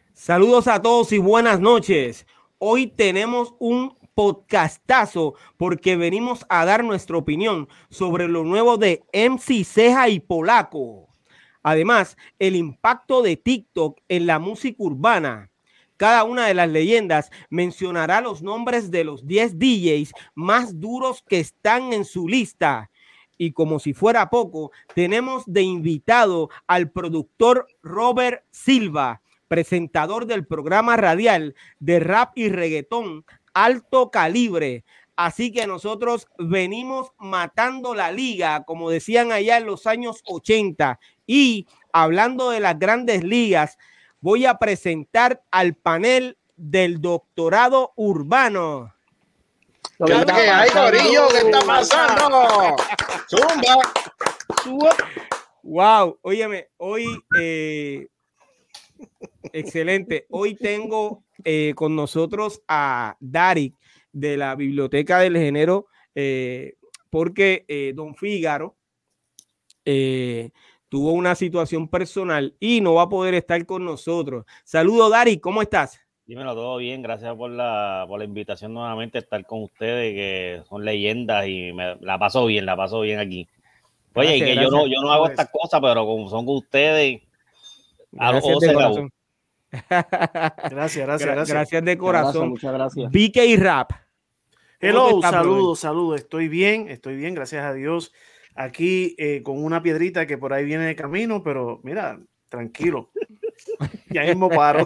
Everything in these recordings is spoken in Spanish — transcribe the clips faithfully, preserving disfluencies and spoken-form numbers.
Saludos a todos y buenas noches. Hoy tenemos un podcastazo porque venimos a dar nuestra opinión sobre lo nuevo de M C Ceja y Polaco. Además, el impacto de TikTok en la música urbana. Cada una de las leyendas mencionará los nombres de los diez D Js más duros que están en su lista. Y como si fuera poco, tenemos de invitado al productor Robert Silva, presentador del programa radial de rap y reggaetón Alto Calibre. Así que nosotros venimos matando la liga, como decían allá en los años ochenta. Y hablando de las grandes ligas, voy a presentar al panel del doctorado urbano. ¿Qué es lo que hay, corillo? ¿Qué está pasando? Zumba. Wow, óyeme, hoy eh, excelente. Hoy tengo eh, con nosotros a Darik de la Biblioteca del Género, eh, porque eh, Don Fígaro eh, tuvo una situación personal y no va a poder estar con nosotros. Saludos, Darik, ¿cómo estás? Dímelo, todo bien, gracias por la, por la invitación nuevamente a estar con ustedes, que son leyendas y me, la paso bien, la paso bien aquí. Oye, gracias, que gracias. yo no, yo no hago estas cosas, pero como son con ustedes, gracias de corazón. Gracias, gracias, gracias. Gracias de corazón. Muchas gracias. V K Rap. Hello, saludos, saludos. Estoy bien, estoy bien, gracias a Dios. Aquí eh, con una piedrita que por ahí viene de camino, pero mira, tranquilo. Ya mismo paro.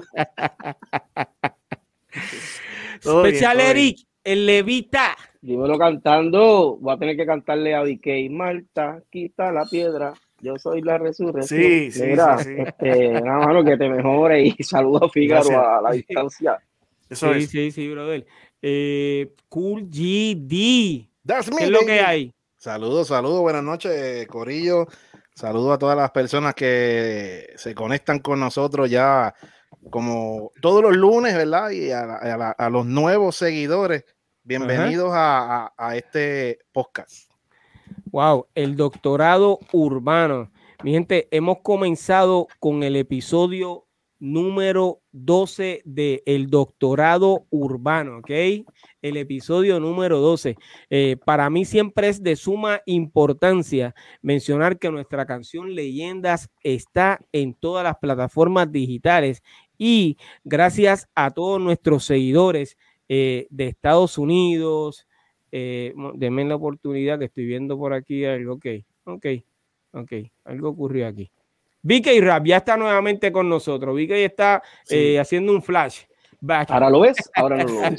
Especial Eric, el Levita. Dímelo cantando. Voy a tener que cantarle a V K. Marta, quita la piedra. Yo soy la resurrección. Sí, sí, Mira, sí, sí. Este, nada, mano, que te mejore y saludo a Fígaro gracias. A la distancia. Eso sí, es. sí, sí, brother. Eh, Cool G D. That's me, ¿Qué es lo que hay? Saludos, saludos, buenas noches, corillo. Saludos a todas las personas que se conectan con nosotros ya como todos los lunes, ¿verdad? Y a, a, a, a los nuevos seguidores, bienvenidos a, a, a este podcast. Wow, el doctorado urbano. Mi gente, hemos comenzado con el episodio número doce de El Doctorado Urbano, ¿ok? El episodio número doce. Eh, para mí siempre es de suma importancia mencionar que nuestra canción Leyendas está en todas las plataformas digitales y gracias a todos nuestros seguidores eh, de Estados Unidos. Eh, denme la oportunidad que estoy viendo por aquí algo. Ok, ok, ok, algo ocurrió aquí. V K Rap ya está nuevamente con nosotros. V K está sí. eh, haciendo un flash back. ¿Ahora lo ves? Ahora no lo ves.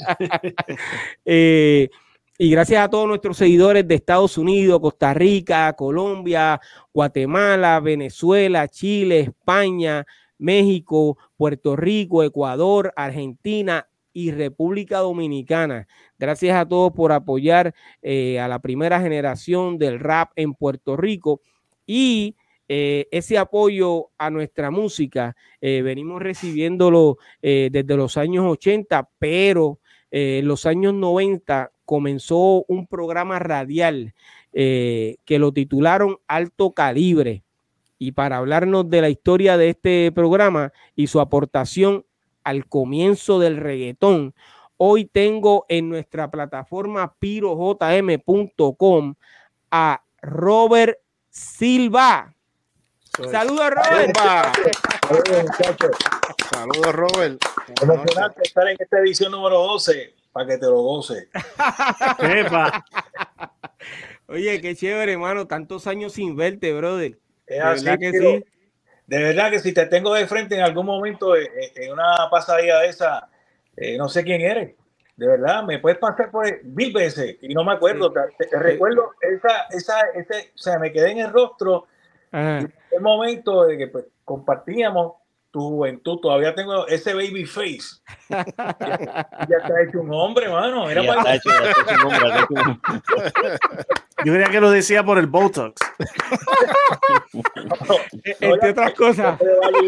eh, y gracias a todos nuestros seguidores de Estados Unidos, Costa Rica, Colombia, Guatemala, Venezuela, Chile, España, México, Puerto Rico, Ecuador, Argentina y República Dominicana. Gracias a todos por apoyar eh, a la primera generación del rap en Puerto Rico y eh, ese apoyo a nuestra música eh, venimos recibiéndolo eh, desde los años ochenta, pero eh, en los años noventa comenzó un programa radial eh, que lo titularon Alto Calibre, y para hablarnos de la historia de este programa y su aportación al comienzo del reggaetón, hoy tengo en nuestra plataforma piro j m punto com a Robert Silva. Saludos, Robert. Saludos, Robert. Emocionante estar en esta edición número doce para que te lo goce. Oye, qué chévere, hermano. Tantos años sin verte, brother. Es así, ¿verdad que sí? De verdad que si te tengo de frente en algún momento en, en una pasadilla de esa, eh, no sé quién eres. De verdad, me puedes pasar por mil veces y no me acuerdo. Sí. Te, te recuerdo esa, esa, ese, o sea, me quedé en el rostro. Ajá. El momento de que pues, compartíamos tu juventud. Todavía tengo ese baby face. Ya, ya está hecho un hombre, mano. Era ya para... está hecho, ya está hecho un hombre, está hecho un hombre. Yo creía que lo decía por el Botox. No, entre otras cosas.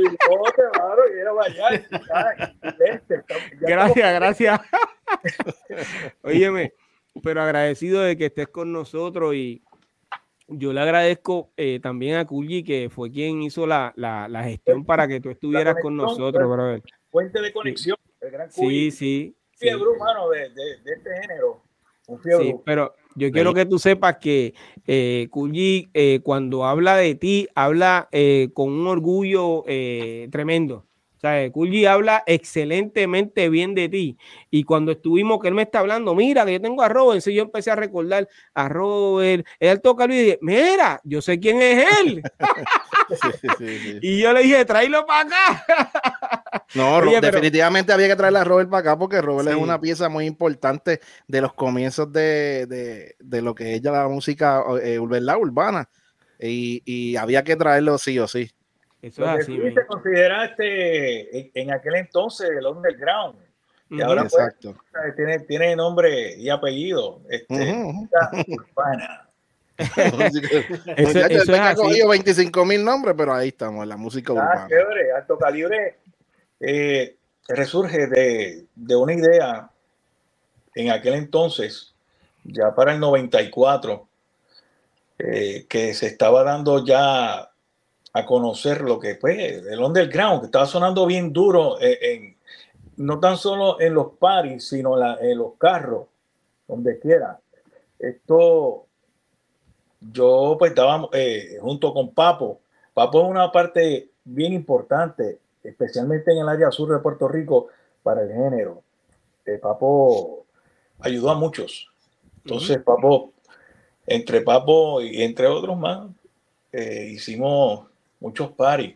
Gracias, gracias. Óyeme, pero agradecido de que estés con nosotros y yo le agradezco eh, también a Kulji, que fue quien hizo la, la, la gestión para que tú estuvieras con nosotros, brother. Fuente de conexión, sí. El gran Kulji. Sí, sí. Fiebre, sí. Humano de, de, de este género. Un sí, pero yo quiero que tú sepas que eh, Kulji, eh, cuando habla de ti, habla eh, con un orgullo eh, tremendo. O sea, Kulji habla excelentemente bien de ti. Y cuando estuvimos, que él me está hablando, mira, que yo tengo a Robert, entonces yo empecé a recordar a Robert, él toca Luis y dije, mira, yo sé quién es él. sí, sí, sí. Y yo le dije, tráelo para acá. No, Oye, definitivamente pero... había que traerle a Robert para acá porque Robert sí. es una pieza muy importante de los comienzos de, de, de lo que es ya la música eh, urbana. Y, y había que traerlo sí o sí. Eso lo es así, que se consideraste en, en aquel entonces el underground, y ahora Exacto. Pues, tiene, tiene nombre y apellido, este, uh-huh. urbana. eso, eso es ha cogido veinticinco mil nombres, pero ahí estamos, en la música ah, urbana. Chévere. Alto Calibre eh, resurge de, de una idea en aquel entonces, ya para el noventa y cuatro, eh, que se estaba dando ya a conocer lo que fue el underground, que estaba sonando bien duro, en, en, no tan solo en los parties, sino en, la, en los carros, donde quiera. Esto, yo pues estaba eh, junto con Papo. Papo es una parte bien importante, especialmente en el área sur de Puerto Rico, para el género. Eh, Papo ayudó a muchos. Entonces, uh-huh. Papo, entre Papo y entre otros más, eh, hicimos muchos paris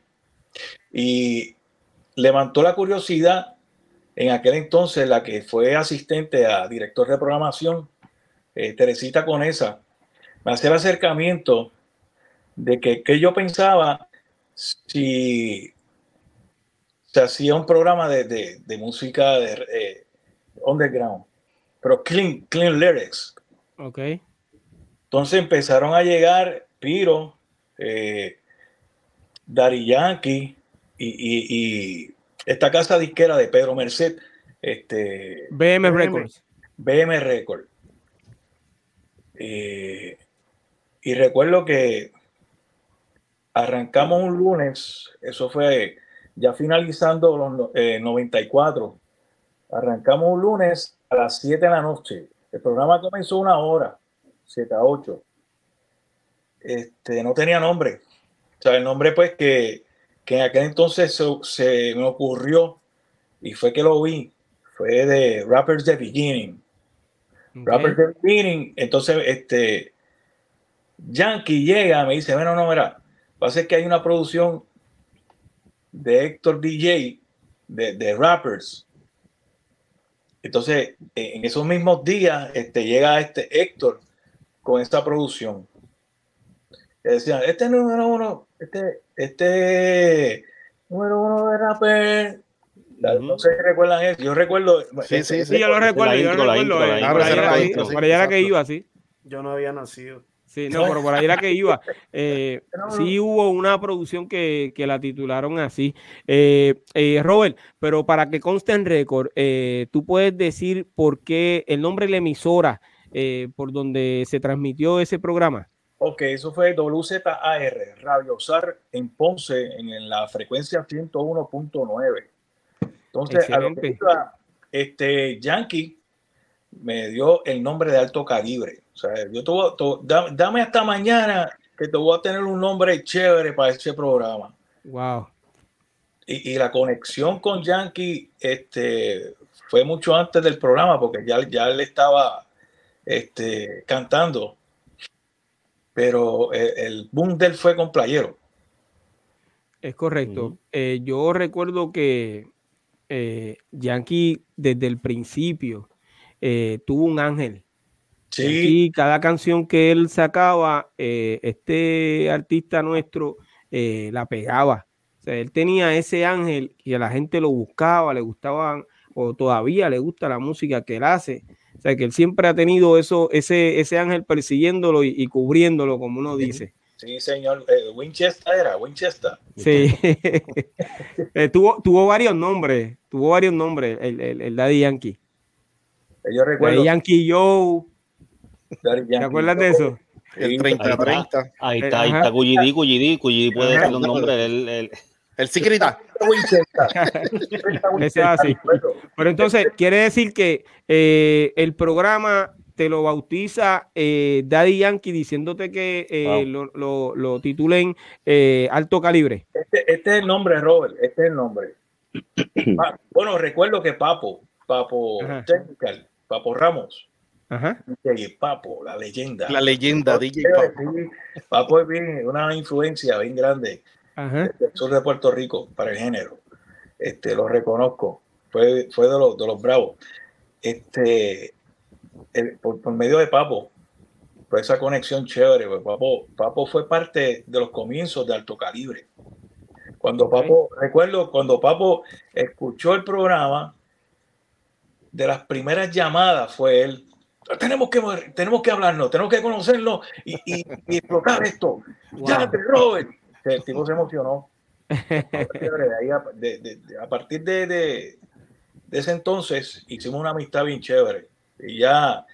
y levantó la curiosidad en aquel entonces la que fue asistente a director de programación, eh, Teresita Conesa, me hacía el acercamiento de que, que yo pensaba si se hacía un programa de, de, de música de eh, underground, pero clean, clean lyrics. Ok. Entonces empezaron a llegar Piro, eh, Daddy Yankee y, y, y esta casa disquera de Pedro Merced, este, B M Records. B M Records. Eh, y recuerdo que arrancamos un lunes, eso fue ya finalizando los eh, noventa y cuatro, arrancamos un lunes a las siete de la noche. El programa comenzó una hora, siete a ocho. Este, no tenía nombre. O sea, el nombre pues que, que en aquel entonces se, se me ocurrió y fue que lo vi, fue de Rappers The Beginning. Okay. Rappers The Beginning. Entonces, este, Yankee llega, me dice, bueno, no, mira, pasa que hay una producción de Héctor D J de, de Rappers. Entonces, en esos mismos días, este, llega este Héctor con esta producción. Que decían, este número uno, este, este número uno de Rapper. Uh-huh. No sé si recuerdan eso. Yo recuerdo. Sí, este, sí, sí, yo lo recuerdo. Yo lo recuerdo. Por allá era que iba, sí. Yo no había nacido. Sí, no, pero por ahí era que iba. Eh, sí hubo una producción que, que la titularon así. Eh, eh, Robert, pero para que conste en récord, eh, tú puedes decir por qué el nombre de la emisora eh, por donde se transmitió ese programa. Ok, eso fue W Z A R, Radio Zar en Ponce, en, en la frecuencia ciento uno punto nueve. Entonces, a lo que iba, este, Yankee me dio el nombre de Alto Calibre. O sea, yo te voy, te, dame, dame hasta mañana que te voy a tener un nombre chévere para ese programa. Wow. Y, y la conexión con Yankee este, fue mucho antes del programa, porque ya, ya él estaba este, cantando. Pero el, el boom de él fue con Playero. Es correcto. Uh-huh. Eh, yo recuerdo que eh, Yankee desde el principio eh, tuvo un ángel. Sí. Yankee, cada canción que él sacaba, eh, este artista nuestro eh, la pegaba. O sea, él tenía ese ángel y a la gente lo buscaba, le gustaban, o todavía le gusta la música que él hace. O sea, que él siempre ha tenido eso, ese, ese ángel persiguiéndolo y, y cubriéndolo, como uno dice. Sí, señor. Eh, Winchester era, Winchester. Sí. eh, tuvo, tuvo varios nombres, tuvo varios nombres, el, el, el Daddy Yankee. Yo recuerdo. Daddy Yankee Joe. Daddy Yankee ¿Te acuerdas Joe. de eso? El treinta treinta. Ahí está, ahí está Cuyidí, Cuyidí, Cuyidí puede decir los nombres. El, el... el Sicrita. Ese es así. Pero entonces, quiere decir que eh, el programa te lo bautiza eh, Daddy Yankee diciéndote que eh, wow. lo, lo, lo titulen eh, Alto Calibre. Este, este es el nombre, Robert. Este es el nombre. Ah, bueno, recuerdo que Papo, Papo Technical, Papo Ramos. Ajá. D J Papo, la leyenda. La leyenda, D J Papo. Papo es bien, una influencia bien grande del sur de Puerto Rico para el género. Este, lo reconozco. Fue, fue de los, de los bravos. Este, el, por, por medio de Papo, fue esa conexión chévere. Pues Papo, Papo fue parte de los comienzos de Alto Calibre. Cuando Papo, okay. recuerdo cuando Papo escuchó el programa, de las primeras llamadas fue él. Tenemos que, tenemos que hablarnos, tenemos que conocernos y, y, y explotar esto. Wow. Ya, Robert. El tipo se emocionó. De ahí a, de, de, de, a partir de, de, de ese entonces hicimos una amistad bien chévere. Y ya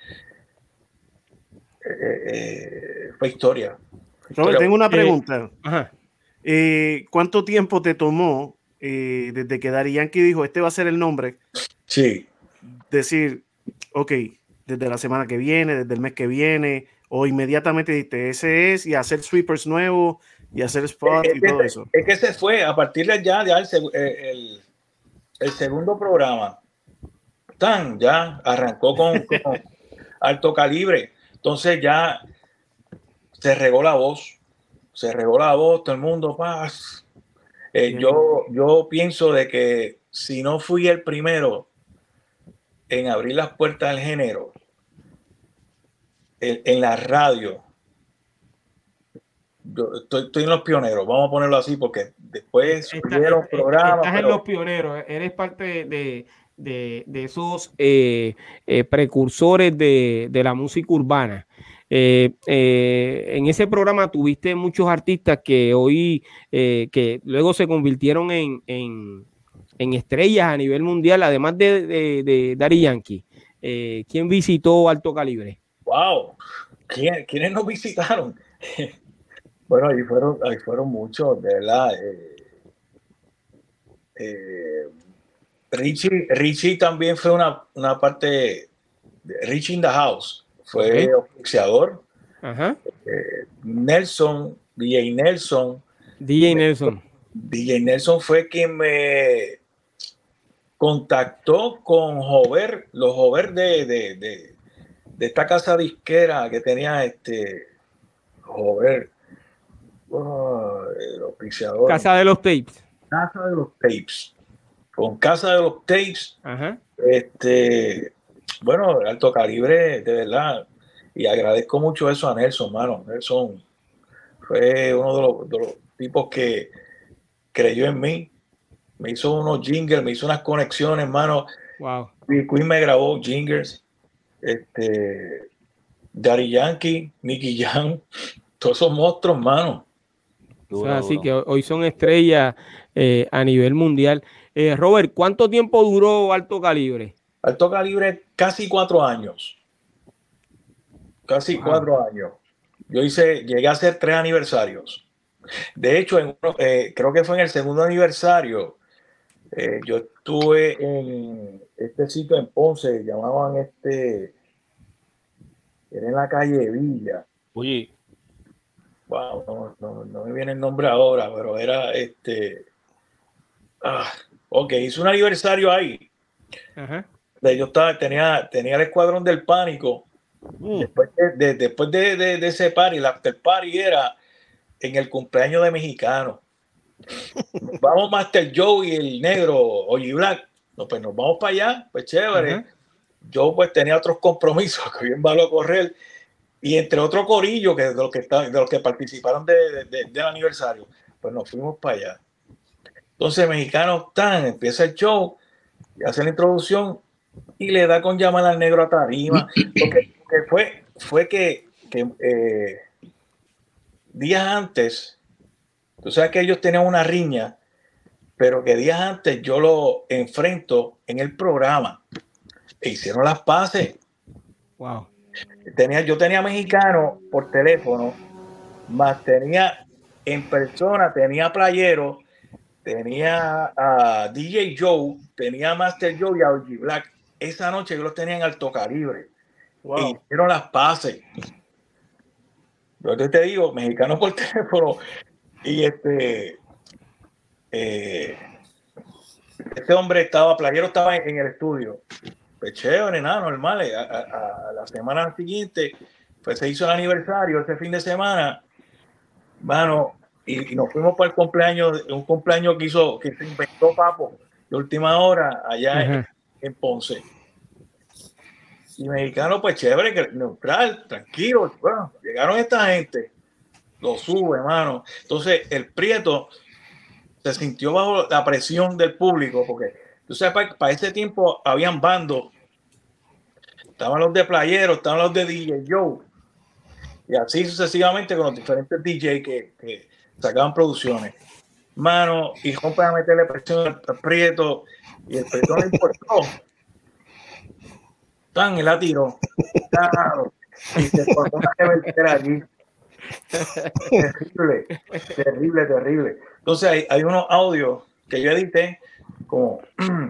eh, eh, fue historia. Fue historia. Robert, tengo una pregunta. Eh, eh, ¿Cuánto tiempo te tomó eh, desde que Daddy Yankee dijo este va a ser el nombre? Sí. Decir, ok, desde la semana que viene, desde el mes que viene, o inmediatamente dijiste, ese es, y hacer sweepers nuevos, y hacer spots es, y todo se, eso. Es que se fue, a partir de ya, ya el, el, el segundo programa, tan, ya arrancó con, con Alto Calibre, entonces ya se regó la voz, se regó la voz, todo el mundo, paz. Eh, yo, yo pienso de que si no fui el primero en abrir las puertas del género en, en la radio, yo estoy, estoy en los pioneros, vamos a ponerlo así, porque después subieron está, programas. Estás pero... en los pioneros, eres parte de, de, de esos eh, eh, precursores de, de la música urbana. Eh, eh, en ese programa tuviste muchos artistas que hoy, eh, que luego se convirtieron en, en, en estrellas a nivel mundial, además de, de, de Daddy Yankee. Eh, ¿Quién visitó Alto Calibre? Wow, ¿Quién, ¿quiénes nos visitaron? Bueno, ahí fueron, ahí fueron muchos, de verdad. Eh, eh, Richie, Richie también fue una, una parte, de Richie in the House, fue okay. oficiador. Ajá. Eh, Nelson, D J Nelson. D J Nelson. D J Nelson fue quien me contactó con Jover, los Jover de, de, de, de esta casa disquera que tenía este Jover. Oh, el Casa de los Tapes. Casa de los Tapes. Con Casa de los Tapes. Ajá. Este, bueno, Alto Calibre, de verdad. Y agradezco mucho eso a Nelson, mano. Nelson fue uno de los, de los tipos que creyó en mí. Me hizo unos jingles, me hizo unas conexiones, mano. Wow. Y Queen me grabó jingles. Este, Daddy Yankee, Nicky Jam, todos esos monstruos, mano. O sea, así que hoy son estrellas eh, a nivel mundial. Eh, Robert, ¿cuánto tiempo duró Alto Calibre? Alto Calibre, casi cuatro años. Casi wow. cuatro años. Yo hice, llegué a hacer tres aniversarios. De hecho, en uno, eh, creo que fue en el segundo aniversario. Eh, yo estuve en este sitio en Ponce, llamaban este, era en la calle Villa. Oye. Wow, no, no, no me viene el nombre ahora, pero era este. Ah, ok, hice un aniversario ahí. Ajá. Yo estaba, tenía, tenía el Escuadrón del Pánico. Mm. Después, de, de, después de, de, de ese party, el after party era en el cumpleaños de Mexicano. Vamos Master Joe y el negro Oye Black. No, pues nos vamos para allá, pues chévere. Uh-huh. Yo pues tenía otros compromisos que bien malo a correr. Y entre otro corillo que de los que, está, de los que participaron de, de, de, del aniversario, pues nos fuimos para allá. Entonces, Mexicanos tan, empieza el show, y hace la introducción y le da con llamar al negro a tarima. Porque, porque fue, fue que, que eh, días antes, tú sabes que ellos tenían una riña, pero que días antes yo lo enfrento en el programa. E hicieron las paces. Wow. tenía, yo tenía mexicano por teléfono, más tenía en persona, tenía Playero, tenía a D J Joe, tenía a Master Joe y a O G Black. Esa noche yo los tenía en alto calibre. Wow. Y hicieron las pases. Yo te digo, mexicano por teléfono. Y este, eh, este hombre estaba, Playero estaba en, en el estudio. Pues chévere, nada, normal. A, a, a la semana siguiente, pues se hizo el aniversario, ese fin de semana. Mano, y, y nos fuimos para el cumpleaños, un cumpleaños que hizo, que se inventó Papo de última hora allá en, en Ponce. Y mexicano, pues chévere, que neutral, tranquilo. Bueno, llegaron esta gente, lo sube, hermano. Entonces, el Prieto se sintió bajo la presión del público, porque tú sabes, para, para ese tiempo habían bandos. Estaban los de Playero, estaban los de D J Joe. Y así sucesivamente con los diferentes D J que, que sacaban producciones. Mano, y rompe a meterle presión al, al Prieto, y el Prieto no importó. Tan, y la tiró. Claro. Y se formó una revertera allí. Terrible, terrible, terrible. Entonces hay, hay unos audios que yo edité como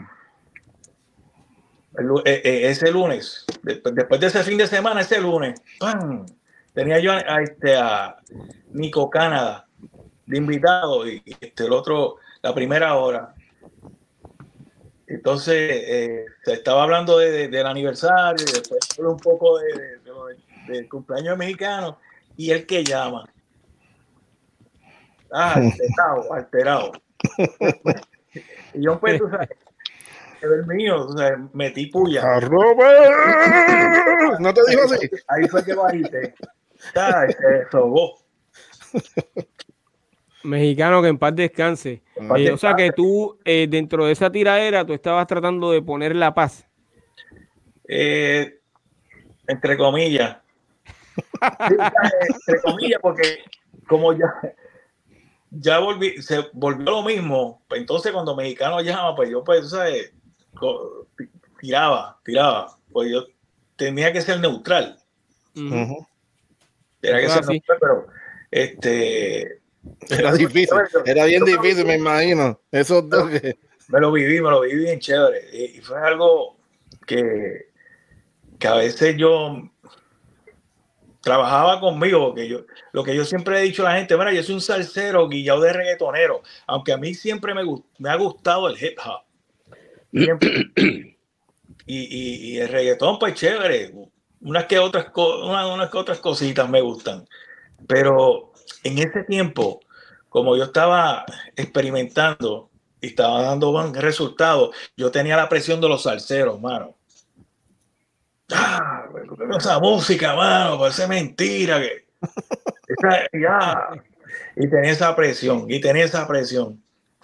el, eh, eh, ese lunes, de, después de ese fin de semana, ese lunes, ¡pam! Tenía yo a, a, este, a Nico Canadá de invitado y este, el otro, la primera hora. Entonces, eh, se estaba hablando de, de, del aniversario y después un poco de, de, de, de, del cumpleaños mexicano y el que llama. Ah, alterado, alterado. Y yo, pues, tú sabes, el mío, o sea, metí puya. ¿No te dijo así? Ahí fue que bajiste. Ah, se sobó. Mexicano, que en paz descanse. Eh, o sea que tú, eh, dentro de esa tiradera, tú estabas tratando de poner la paz. Eh, entre comillas. Sí, entre comillas, porque como ya, ya volví, se volvió lo mismo. Pues entonces cuando mexicano llama, pues yo, pues, ¿sabes? Tiraba, tiraba. Pues yo tenía que ser neutral. Uh-huh. Tenía que ser así. neutral, pero este. Era difícil, era bien difícil, me imagino. Eso que... Me lo viví, me lo viví bien chévere. Y fue algo que, que a veces yo trabajaba conmigo, que yo, lo que yo siempre he dicho a la gente, bueno, yo soy un salsero guillado de reggaetonero, aunque a mí siempre me, me ha gustado el hip hop. Y, y, y el reggaetón, pues chévere. Unas que otras, unas, unas que otras cositas me gustan. Pero en ese tiempo, como yo estaba experimentando y estaba dando buen resultado, yo tenía la presión de los salseros, mano. Ah, esa música, mano, parece mentira. Que, esa, ya. Y tenía esa presión, y tenía esa presión.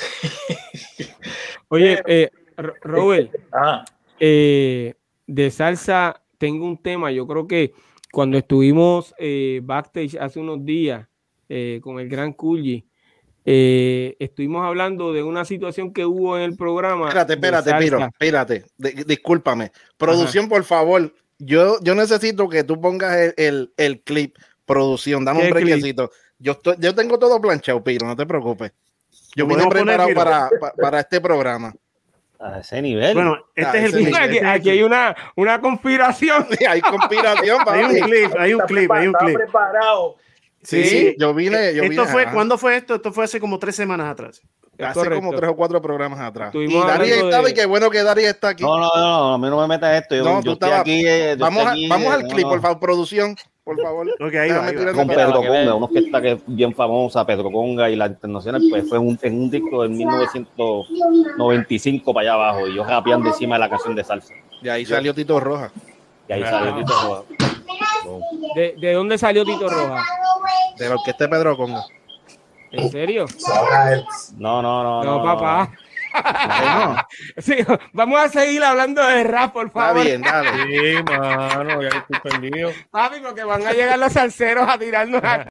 Oye, eh, Robert, ah. eh, de salsa tengo un tema. Yo creo que cuando estuvimos eh, backstage hace unos días eh, con el gran Kulji, eh, estuvimos hablando de una situación que hubo en el programa. Espérate, espérate, Piro, espérate, D- discúlpame. Producción, Ajá. por favor. Yo, yo necesito que tú pongas el, el, el clip. Producción, dame un brequecito. Yo, estoy, yo tengo todo planchado, Piro, no te preocupes. Yo vine preparado para, para, para este programa. A ese nivel. Bueno, este ah, es el clip. Aquí, aquí hay una, una conspiración. Sí, hay conspiración. Hay un clip, hay un clip, hay un clip. Preparado. Sí, sí, yo vine. Yo esto vine, fue, ¿cuándo fue esto? Esto fue hace como tres semanas atrás. Hace Correcto. como tres o cuatro programas atrás. Estuvimos y Dari estaba de... y qué bueno que Dari está aquí. No, no, no, a mí no me metas esto. Yo, no, yo tú estoy aquí. Eh, vamos estoy a, aquí vamos eh, al no, clip, no. por favor, producción, por favor. Ok, ahí va, ahí va. Con Pedro Conga, uno que está que es bien famosa, Pedro Conga y la internacional, pues fue un, en un disco de mil novecientos noventa y cinco para allá abajo, y yo rapeando encima de la canción de salsa. Y ahí yo, salió Tito Roja. Y ahí ah. salió Tito Roja. ¿De, ¿De dónde salió Tito Roja? De lo que este Pedro Conga. ¿En serio? No, no, no. No, no papá. No. Sí, vamos a seguir hablando de rap, por favor. Está bien, dale. Sí, mano, ya estoy perdido. Papi, porque van a llegar los salseros a tirarnos a...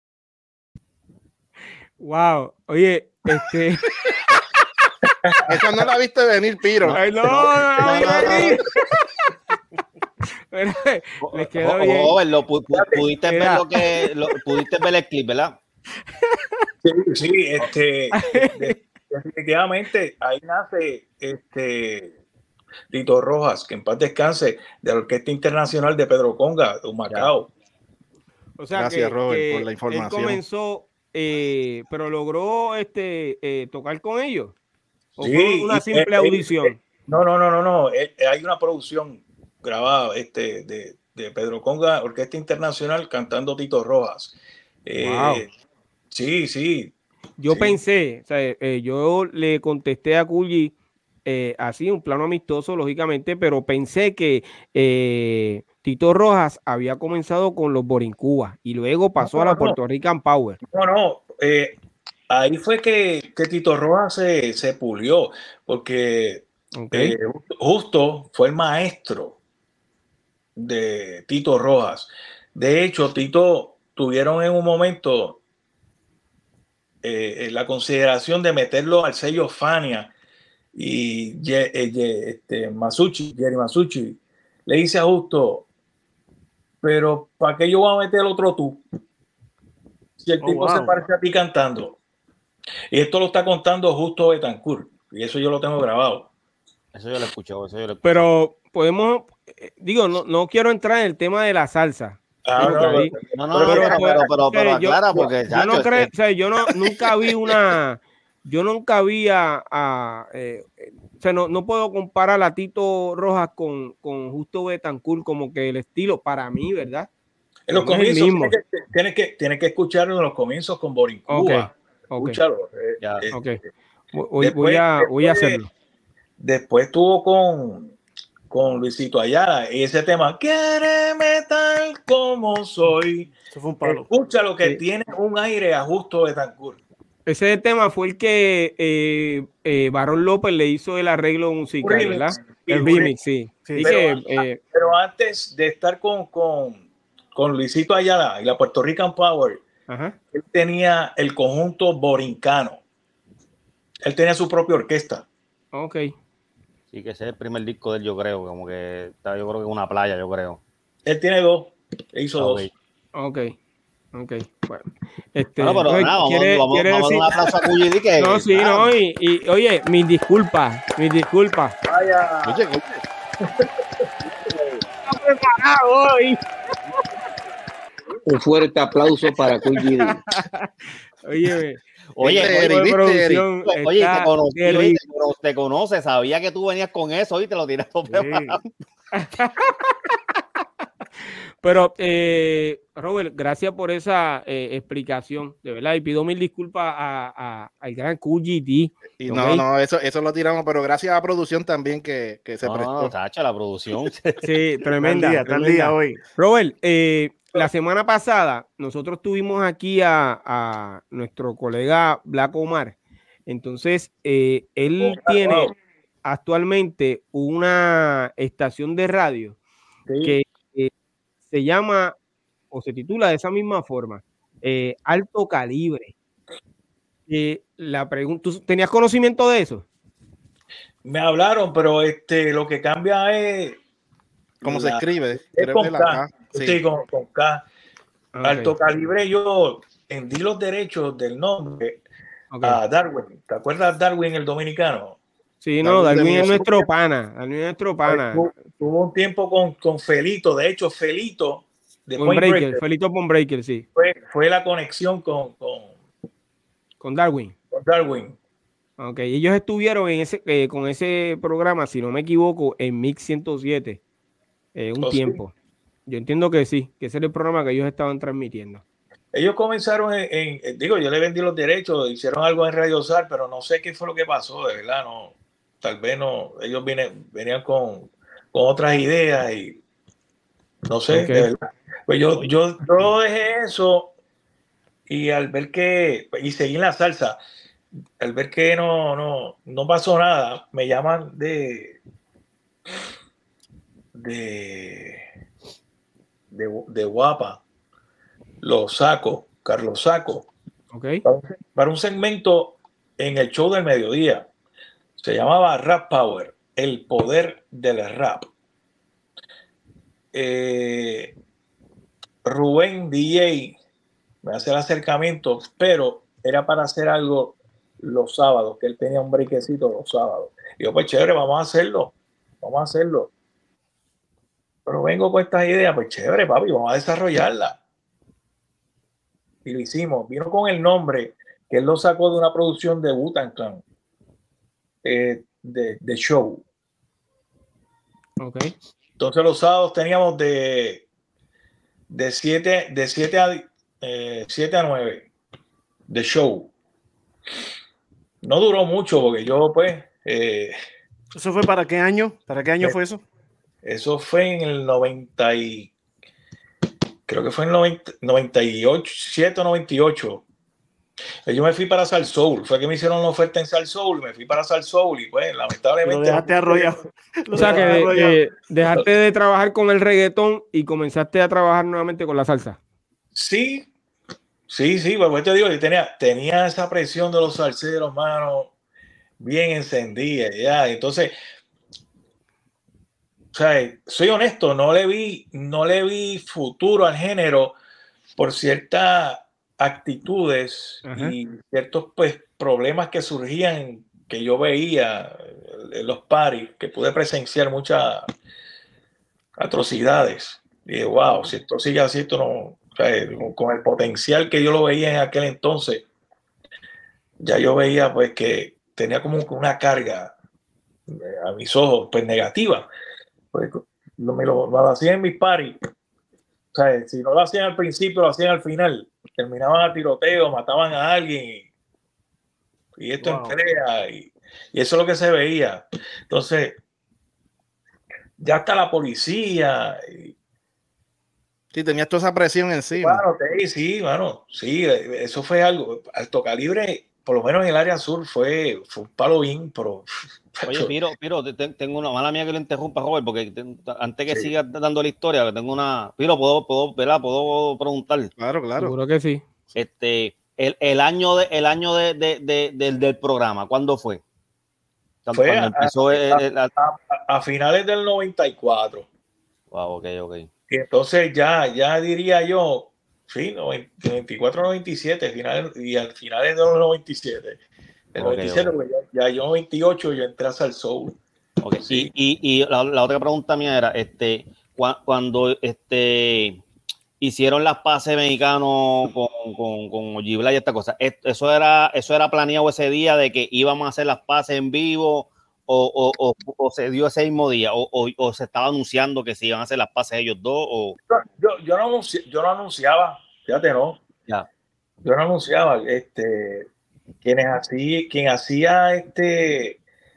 Wow. Oye, este... Esa no la viste venir, Piro. Ay, no, no, no, no, no. Les quedó bien. Robert, lo, pu pudiste ver lo que lo, pudiste ver el clip, ¿verdad? Sí, sí, este, de, definitivamente ahí nace este Tito Rojas, que en paz descanse, de la Orquesta Internacional de Pedro Conga, de Humacao. O sea, gracias, que, Robert, que por la información. Él comenzó, eh, pero logró este eh, tocar con ellos. ¿O Sí, fue una simple eh, audición? Eh, no, no, no, no, no. Eh, hay una producción grabada este, de, de Pedro Conga, Orquesta Internacional, cantando Tito Rojas. Eh, Wow. Sí, sí. Yo sí. pensé, o sea, eh, yo le contesté a Culli eh, así, un plano amistoso, lógicamente, pero pensé que eh, Tito Rojas había comenzado con los Borincubas y luego pasó no, a la no, Puerto Rican Power. No, no. Eh, ahí fue que, que Tito Rojas se, se pulió, porque Okay. eh, Justo fue el maestro de Tito Rojas. De hecho, Tito tuvieron en un momento eh, la consideración de meterlo al sello Fania y Ye, eh, Ye, este, Masucci, Jerry Masucci le dice a Justo, pero ¿para qué yo voy a meter el otro tú? Si el Oh, tipo wow. se parece a ti cantando. Y esto lo está contando Justo Betancourt, y eso yo lo tengo grabado. Eso yo lo escuché, eso yo lo escuché. Pero podemos, eh, digo, no, no quiero entrar en el tema de la salsa. Ah, no, ahí, no, no, no, pero, pero, pero, pero, pero aclara, yo, porque yo chacho, no creo, es que... o sea, yo no, nunca vi una, yo nunca vi a, a eh, o sea, no, no puedo comparar a Tito Rojas con, con Justo Betancourt, como que el estilo para mí, ¿verdad? En los no comienzos es el mismo. tienes que, tienes que, tienes que escucharlo en los comienzos con Borincúa. Okay, okay. Escúchalo. Eh, ya. eh, Okay. Voy, después, voy, a, después, voy a hacerlo. Después estuvo con, con Luisito Ayala y ese tema, quiéreme tal como soy. Eso fue un palo. Escucha lo que Sí. tiene un aire a Justo Betancourt. Ese tema fue el que eh, eh, Barón López le hizo el arreglo musical, Remix, ¿verdad? sí, El remix, sí. sí. Y Pero, que, eh, pero antes de estar con, con, con Luisito Ayala y la Puerto Rican Power, ajá. él tenía el conjunto borincano. Él tenía su propia orquesta. Ok. Sí, que ese es el primer disco de él, yo creo, como que está, yo creo que una playa, yo creo. Él tiene dos, él hizo Okay. dos. Ok. Ok. Bueno, este, Bueno, pero entonces, nada, vamos, ¿quiere, vamos, ¿quiere vamos decir? a dar un aplauso a Culli que... No, sí, ah, no, y, y oye, mis disculpas, mis disculpas. Vaya. Oye, oye, hoy. Un fuerte aplauso para Culli. Oye, Oye, Viste, oye, Eri, de viste, producción oye, está te conocí, de oye, risa. te, cono- te conoce, sabía que tú venías con eso y te lo tiras todo preparado. Pero, eh, Robert, gracias por esa eh, explicación, de verdad, y pido mil disculpas a, a, al gran Q G T. y ¿ok? no, no, eso, eso lo tiramos, pero gracias a la producción también que, que se No, prestó. no, no, tacho, la producción. Sí, tremenda. Tal día, tal tremenda. día hoy. Robert, eh, la semana pasada nosotros tuvimos aquí a, a nuestro colega Black Omar. Entonces, eh, él Oh, tiene wow. actualmente una estación de radio Sí. que eh, se llama o se titula de esa misma forma, eh, Alto Calibre. Eh, la pregunta, ¿tú tenías conocimiento de eso? Me hablaron, pero este, lo que cambia es ¿Cómo la- se escribe? es Creo con que la K. K. Sí, Sí. con, con K. Okay. Alto Calibre, yo vendí los derechos del nombre Okay. a Darwin. ¿Te acuerdas Darwin, el dominicano? Sí, no, Darwin de Darwin es Music. nuestro pana. Darwin es nuestro pana. Tuvo, tuvo un tiempo con, con Felito. De hecho, Felito de Con Point Breaker, Breaker Felito Point Breaker, sí. fue, fue la conexión con, con, Con Darwin. con Darwin. Ok, ellos estuvieron en ese, eh, con ese programa, si no me equivoco, en Mix ciento siete, eh, un ¿Oh, sí? tiempo. Yo entiendo que sí, que ese era el programa que ellos estaban transmitiendo. Ellos comenzaron en, en- en- digo, yo le vendí los derechos, hicieron algo en Radio Sal, pero no sé qué fue lo que pasó, de verdad, no. Tal vez no, ellos vienen, venían con, con otras ideas y no sé, Ok. de verdad. Pues yo, yo, yo dejé eso y al ver que, y seguí en la salsa, al ver que no, no, no pasó nada, me llaman de, de, de, de Guapa, los Saco, Carlos Saco, Ok. para un, para un segmento en el show del mediodía. Se llamaba Rap Power, el poder del rap. eh, Rubén D J me hace el acercamiento, pero era para hacer algo los sábados, que él tenía un brequecito los sábados. Y yo, pues chévere, vamos a hacerlo, vamos a hacerlo. Pero vengo con estas ideas, pues chévere, papi, vamos a desarrollarla. Y lo hicimos. Vino con el nombre que él lo sacó de una producción de Wu-Tang Clan, eh, de, de show. Ok. Entonces los sábados teníamos de de siete de siete a eh, siete a nueve de show. No duró mucho porque yo pues eh, ¿Eso fue para qué año? ¿Para qué año fue eso? Eso fue en el noventa y creo que fue en el noventa, noventa y ocho, siete o noventa y ocho. Yo me fui para Sal Soul, fue que me hicieron una oferta en Sal Soul, me fui para Sal Soul y pues lamentablemente... Lo dejaste arrollado. O sea que de, eh, dejaste de trabajar con el reggaetón y comenzaste a trabajar nuevamente con la salsa. Sí, sí, sí, pues te digo, yo tenía, tenía esa presión de los salseros, mano, bien encendida, ya, entonces... O sea, soy honesto, no le vi, no le vi futuro al género por ciertas actitudes Ajá. y ciertos pues, problemas que surgían que yo veía en los parties, que pude presenciar muchas atrocidades. Y dije, wow, si esto sigue así, esto no, o sea, con el potencial que yo lo veía en aquel entonces, ya yo veía pues que tenía como una carga a mis ojos pues negativa. Pues, lo, me lo, lo hacían en mis paris. O sea, si no lo hacían al principio, lo hacían al final. Terminaban a tiroteo, mataban a alguien. Y, y esto wow. en pelea. Y, y eso es lo que se veía. Entonces, ya está la policía. Y, sí, tenías toda esa presión encima. Bueno, sí, sí, bueno, sí, eso fue algo. Alto Calibre, por lo menos en el área sur, fue, fue un palo bien, pero... Oye, Piro, Piro, te, tengo una mala mía que lo interrumpa, Robert, porque te, antes que sí. sigas dando la historia, que tengo una... Piro, ¿puedo, puedo, ¿verdad? ¿Puedo preguntar? Claro, claro. Seguro que sí. Este, el, el año, de, el año de, de, de, del, del programa, ¿cuándo fue? Fue a, empezó a, el, el, a, a, a finales del noventa y cuatro. Wow, ok, ok. Y entonces ya, ya diría yo, sí, noventa y cuatro, noventa y siete, finales, y al finales de los noventa y siete. El okay, noventa y siete, okay. ya, ya yo noventa y ocho, yo entré a Sal Soul. Okay. Sí. Y, y, y la, la otra pregunta mía era, este, cu cuando este, hicieron las pases mexicanos con, con, con Ojibla y esta cosa, ¿eso era, ¿eso era planeado ese día de que íbamos a hacer las pases en vivo o, o, o, o se dio ese mismo día o, o, o se estaba anunciando que se iban a hacer las pases ellos dos? O... Yo, yo, no anunci yo no anunciaba, fíjate, no. Ya. Yo no anunciaba, este... Quienes hacía, quien hacía este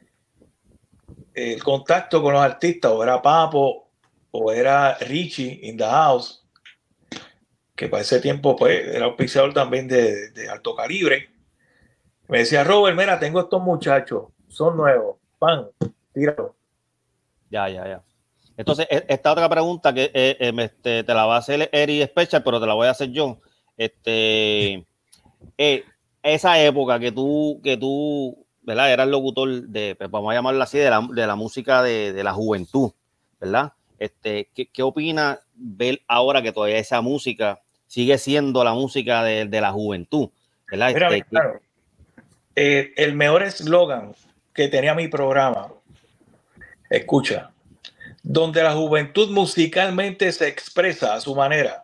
el contacto con los artistas, o era Papo o era Richie in the house, que para ese tiempo pues era auspiciador también de, de Alto Calibre. Me decía, Robert, mira, tengo estos muchachos, son nuevos, pan, tíralo. Ya, ya, ya. Entonces, esta otra pregunta que eh, eh, este, te la va a hacer Eri Special, pero te la voy a hacer yo. Este, eh, esa época que tú, que tú, ¿verdad? Eras locutor de, pues vamos a llamarlo así, de la, de la música de, de la juventud, ¿verdad? Este, ¿qué, qué opinas ver ahora que todavía esa música sigue siendo la música de, de la juventud, ¿verdad? Mira, este, claro, eh, el mejor eslogan que tenía mi programa, escucha, donde la juventud musicalmente se expresa a su manera.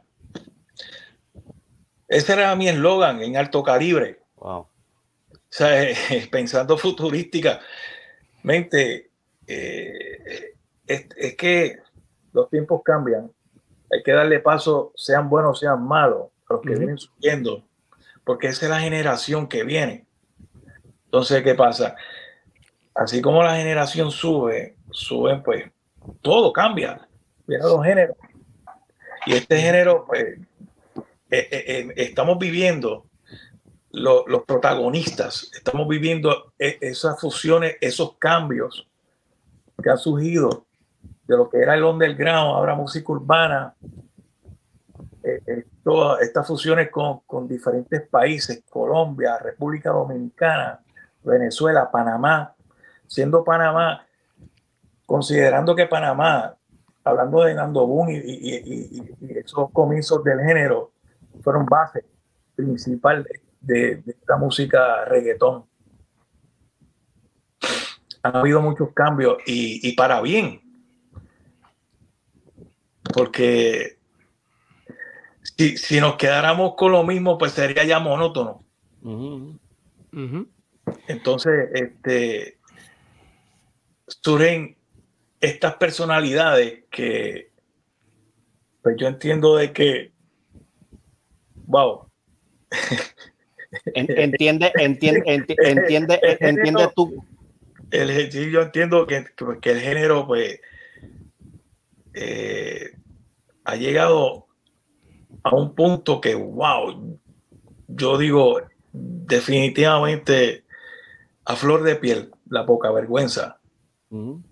Ese era mi eslogan en Alto Calibre. Wow. O sea, eh, pensando futurísticamente, eh, es, es que los tiempos cambian. Hay que darle paso, sean buenos, sean malos, a los que uh-huh. vienen subiendo, porque esa es la generación que viene. Entonces, ¿qué pasa? Así como la generación sube, suben, pues, todo cambia. Vienen los géneros. Y este género, pues, eh, eh, eh, estamos viviendo Lo, los protagonistas, estamos viviendo esas fusiones, esos cambios que han surgido de lo que era el underground, ahora música urbana, eh, eh, todas estas fusiones con, con diferentes países, Colombia, República Dominicana, Venezuela, Panamá, siendo Panamá, considerando que Panamá hablando de Nando Boom y, y, y, y esos comienzos del género, fueron base principal de, de esta música reggaetón. Han habido muchos cambios y, y para bien, porque si, si nos quedáramos con lo mismo, pues sería ya monótono. Uh-huh. Uh-huh. Entonces, este, surgen estas personalidades que, pues yo entiendo de que, wow. Entiende, entiende, enti, entiende, entiende tú. El, yo entiendo que, que el género, pues, eh, ha llegado a un punto que, wow, yo digo, definitivamente a flor de piel, la poca vergüenza. Uh-huh.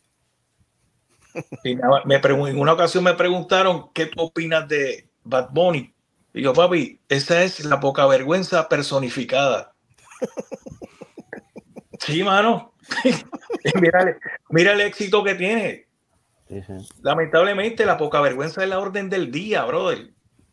Y me pregun- en una ocasión me preguntaron, ¿qué tú opinas de Bad Bunny? Y yo, papi, esa es la poca vergüenza personificada. Sí, mano. mira, mira el éxito que tiene. Sí, sí. Lamentablemente, la poca vergüenza es la orden del día, brother.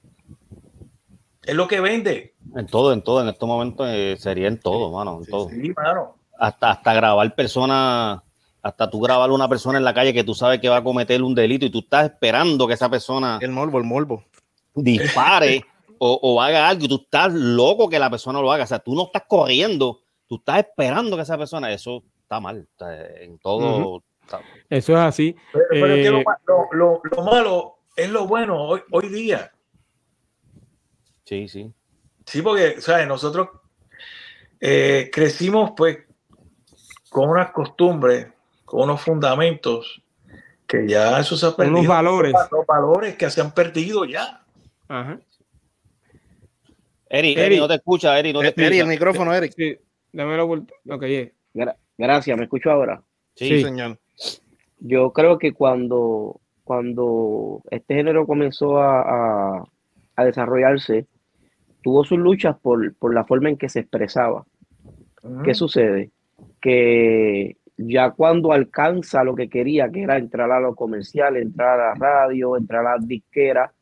Es lo que vende. En todo, en todo, en estos momentos eh, sería en todo, mano, en sí, todo. Sí, mano. Hasta, hasta grabar personas, hasta tú grabar una persona en la calle que tú sabes que va a cometer un delito y tú estás esperando que esa persona... El morbo, el morbo. Dispare o, o haga algo y tú estás loco que la persona lo haga. O sea, tú no estás corriendo, tú estás esperando que esa persona... Eso está mal. Está en todo... Uh-huh. Está... Eso es así. Pero, pero eh... es que lo, lo, lo malo es lo bueno hoy, hoy día. Sí, sí. Sí, porque, ¿sabes? Nosotros eh, crecimos pues con unas costumbres, con unos fundamentos que ya eso se ha perdido. Unos valores. Los, los valores que se han perdido ya. Ajá. Eri, Eri, no te escucha, Eri, no te escucha. Eri, el micrófono, Eri. Sí, dámelo vuelta. Ok, yeah. Gra- gracias, ¿me escucho ahora? Sí, sí, señor. Yo creo que cuando, cuando este género comenzó a, a, a desarrollarse, tuvo sus luchas por, por la forma en que se expresaba. Uh-huh. ¿Qué sucede? Que ya cuando alcanza lo que quería, que era entrar a lo comercial, entrar a la radio, entrar a las disqueras,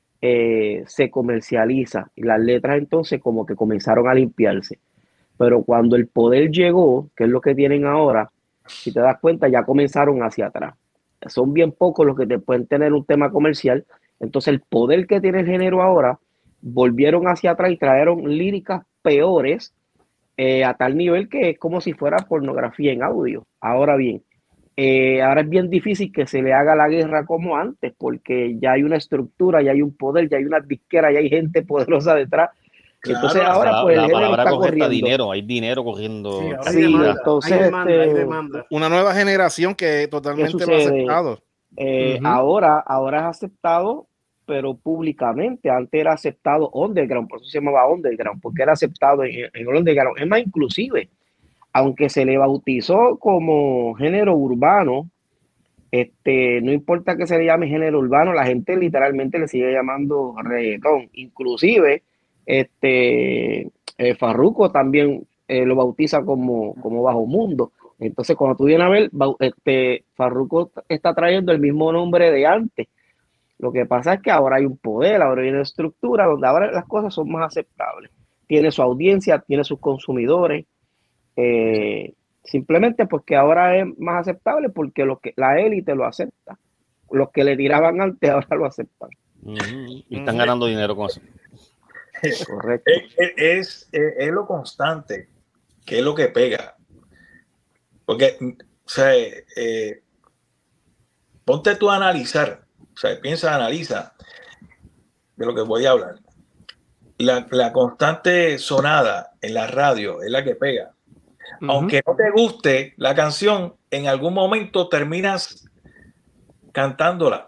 eh, se comercializa y las letras entonces como que comenzaron a limpiarse. Pero cuando el poder llegó, que es lo que tienen ahora, si te das cuenta, ya comenzaron hacia atrás. Son bien pocos los que te pueden tener un tema comercial. Entonces el poder que tiene el género ahora, volvieron hacia atrás y trajeron líricas peores eh, a tal nivel que es como si fuera pornografía en audio. Ahora bien, eh, ahora es bien difícil que se le haga la guerra como antes, porque ya hay una estructura, ya hay un poder, ya hay una disquera, ya hay gente poderosa detrás. Claro, entonces ahora la, pues la el palabra está corriendo. dinero, hay dinero corriendo. Sí, ahora sí, hay demanda, entonces hay demanda, este, hay demanda. Una nueva generación que totalmente lo ha aceptado. Eh, uh-huh. Ahora, ahora es aceptado, pero públicamente. Antes era aceptado underground, por eso se llamaba underground, porque era aceptado en, en el underground. Es más, inclusive, aunque se le bautizó como género urbano, este, no importa que se le llame género urbano, la gente literalmente le sigue llamando reggaetón. Inclusive, este, eh, Farruko también eh, lo bautiza como, como bajo mundo. Entonces, cuando tú vienes a ver, este, Farruko está trayendo el mismo nombre de antes. Lo que pasa es que ahora hay un poder, ahora hay una estructura donde ahora las cosas son más aceptables. Tiene su audiencia, tiene sus consumidores. Eh, simplemente porque ahora es más aceptable porque lo que, la élite lo acepta. Los que le tiraban antes ahora lo aceptan. Uh-huh. Y están ganando dinero con eso. Correcto. Es, es, es, es lo constante, que es lo que pega. Porque, o sea, eh, ponte tú a analizar, o sea, piensa, analiza de lo que voy a hablar. La, la constante sonada en la radio es la que pega. Uh-huh. Aunque no te guste la canción, en algún momento terminas cantándola.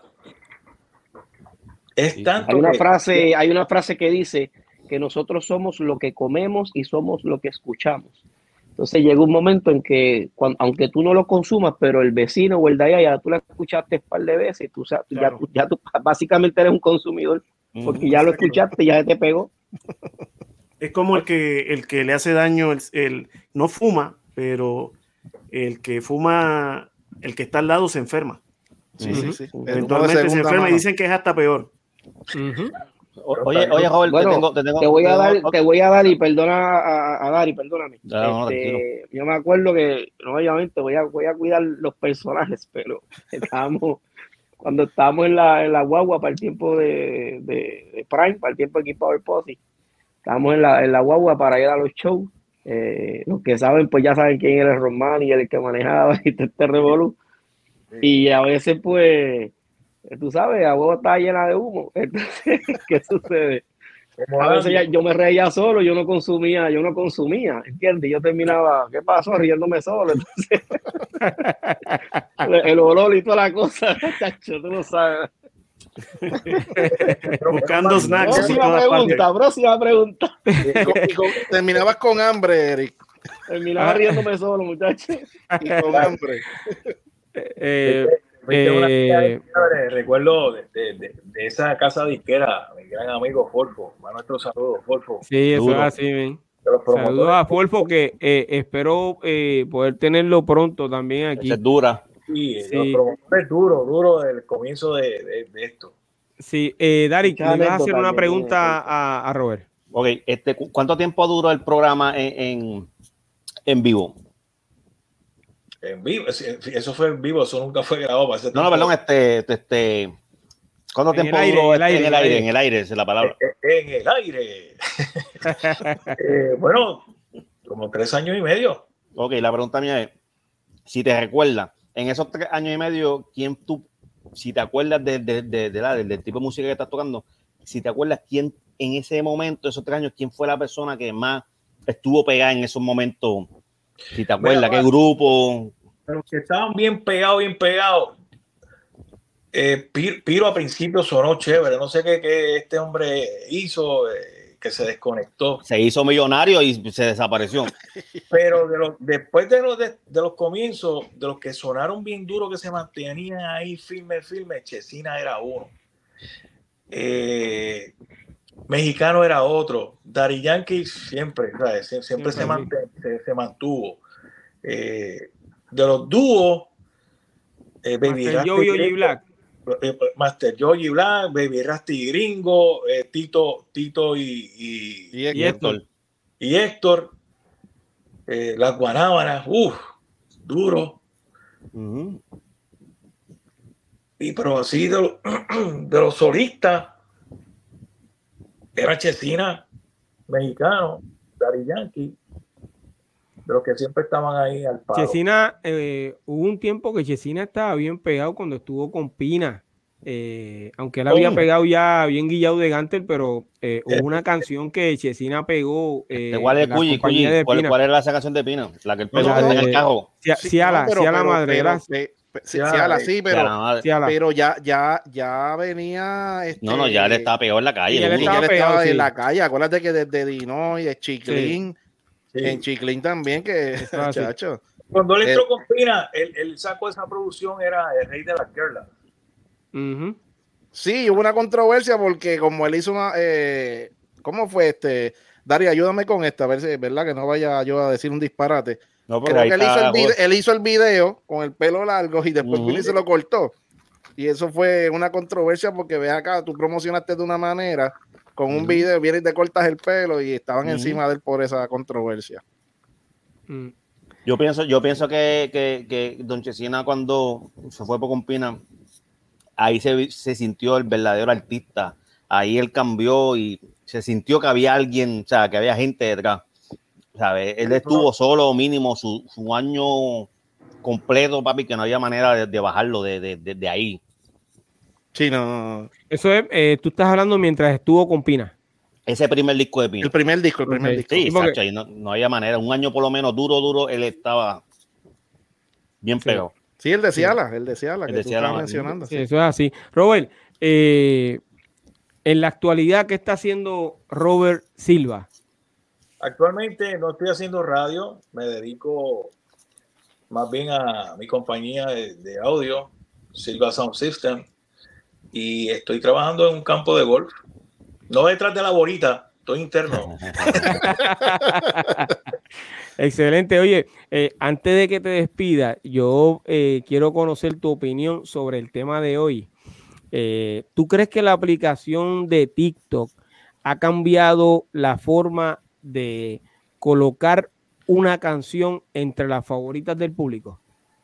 Es tanto hay una que, frase, hay una frase que dice que nosotros somos lo que comemos y somos lo que escuchamos. Entonces llega un momento en que, cuando, aunque tú no lo consumas, pero el vecino o el de allá ya tú lo escuchaste un par de veces, tú, claro. ya, tú, ya tú básicamente eres un consumidor, porque ya lo escuchaste, ya te pegó. Es como el que, el que le hace daño, el, el no fuma, pero el que fuma, el que está al lado se enferma. Sí, uh-huh. sí, sí. Eventualmente se enferma y dicen que es hasta peor. Uh-huh. Oye, oye, Robert, bueno, te, tengo, te, tengo, te voy a te dar, tengo... te voy a dar y perdona a, a Dari, perdóname. No, este, yo me acuerdo que, no, obviamente, voy a, voy a cuidar los personajes, pero estábamos, cuando estábamos en la, en la guagua para el tiempo de, de, de Prime, para el tiempo de Equipo Power Posse, estábamos en la, en la guagua para ir a los shows. Eh, los que saben, pues ya saben quién era el Román y el que manejaba y este revolú. Sí. Y a veces, pues, tú sabes, la huevo está llena de humo. Entonces, ¿qué sucede? A veces ya, yo me reía solo, yo no consumía, yo no consumía, ¿entiendes? Yo terminaba, ¿qué pasó? Riéndome solo. Entonces, el olor y toda la cosa, chacho, tú no sabes. Buscando snacks. Próxima pregunta, próxima pregunta. Terminabas con hambre, Eric. Terminaba riéndome solo, muchachos. Y con hambre. Eh, Eh, recuerdo de, de, de, de esa casa disquera, mi gran amigo Folfo, a nuestro saludo, Folfo. Sí, eso es así, man. Saludos a Folfo, que eh, espero eh, poder tenerlo pronto también aquí. Es dura. Sí, sí. Los promotores duro, duro del comienzo de, de, de esto. Sí, eh, Dari, le vas a hacer una pregunta a, a Robert. Ok, este, ¿cuánto tiempo duró el programa en, en, en vivo? En vivo, eso fue en vivo, eso nunca fue grabado. Para ese no, no, perdón, este, este, ¿cuánto en tiempo aire, duró en el aire, en el aire? En el aire, es la palabra. En, en el aire. eh, bueno, como tres años y medio. Ok, la pregunta mía es, si te recuerdas, en esos tres años y medio, ¿quién tú, si te acuerdas de, de, de, de la, del, del tipo de música que estás tocando, si te acuerdas quién en ese momento, esos tres años, quién fue la persona que más estuvo pegada en esos momentos? Si te acuerdas, ¿qué grupo? Los que estaban bien pegados, bien pegados. Eh, Piro a principio sonó chévere. No sé qué, qué este hombre hizo, eh, que se desconectó. Se hizo millonario y se desapareció. Pero de los, después de los, de, de los comienzos, de los que sonaron bien duros, que se mantenían ahí firme, firme, Chesina era uno. Eh, Mexicano era otro. Daddy Yankee siempre, ¿sabes? siempre, siempre se, manten, se, se mantuvo. Eh, de los dúos, eh, Baby Master Joe y Black. Eh, Master Joe y Black, Baby Rasty Gringo, eh, Tito, Tito y, y, y, y Héctor. Y Héctor, eh, las Guanábanas, uff, duro. Uh-huh. Y pero así de, de los solistas, era Chesina, mexicano, Daddy Yankee, de los que siempre estaban ahí al palo. Chesina, eh, hubo un tiempo que Chesina estaba bien pegado cuando estuvo con Pina, eh, aunque él había pegado ya bien guillado de Gantel, pero eh, hubo una canción que Chesina pegó. Eh, ¿Cuál es, Cuyi, Cuyi, ¿cuál, ¿Cuál es la esa canción de Pina? La que él pegó no, en el carro. Sí, a la, sí a la madre. Sí, a la sí, pero, pero ya, ya, ya venía. Este, no, no, ya él estaba pegado en la calle. Ya él estaba pegado en la calle. Acuérdate que desde Dino y de Chiclín. Sí. En Chiclín también, que muchacho. Cuando él entró eh, con Pina, el, el saco de esa producción era el rey de las girlas. Uh-huh. Sí, hubo una controversia porque como él hizo una, eh, ¿cómo fue este? Dari, ayúdame con esta, a ver si, ¿verdad? Que no vaya yo a decir un disparate. No, Creo que él hizo, el video, él hizo el video con el pelo largo y después uh-huh. Pina se lo cortó. Y eso fue una controversia porque ve acá, tú promocionaste de una manera. Con un video, vienes y te cortas el pelo y estaban uh-huh. encima de él por esa controversia. Uh-huh. Yo pienso, yo pienso que, que, que Don Chesina cuando se fue por con Pina, ahí se, se sintió el verdadero artista. Ahí él cambió y se sintió que había alguien, o sea, que había gente detrás. ¿Sabes? Él estuvo solo mínimo su, su año completo, papi, que no había manera de, de bajarlo de, de, de, de ahí. Sí, no. Eso es, eh, tú estás hablando mientras estuvo con Pina. Ese primer disco de Pina. El primer disco, el primer okay. disco. Sí, exacto, ahí no, no había manera. Un año por lo menos, duro, duro, él estaba bien sí. pegado. Sí, el de Ciala, sí. el de Ciala, que el de tú Ciala, estabas mencionando. Sí, sí, eso es así. Robert, eh, en la actualidad, ¿qué está haciendo Robert Silva? Actualmente no estoy haciendo radio, me dedico más bien a mi compañía de, de audio, Silva Sound System. Y estoy trabajando en un campo de golf. No detrás de la bolita, estoy interno. Excelente. Oye, eh, antes de que te despida, yo eh, quiero conocer tu opinión sobre el tema de hoy. Eh, ¿Tú crees que la aplicación de TikTok ha cambiado la forma de colocar una canción entre las favoritas del público?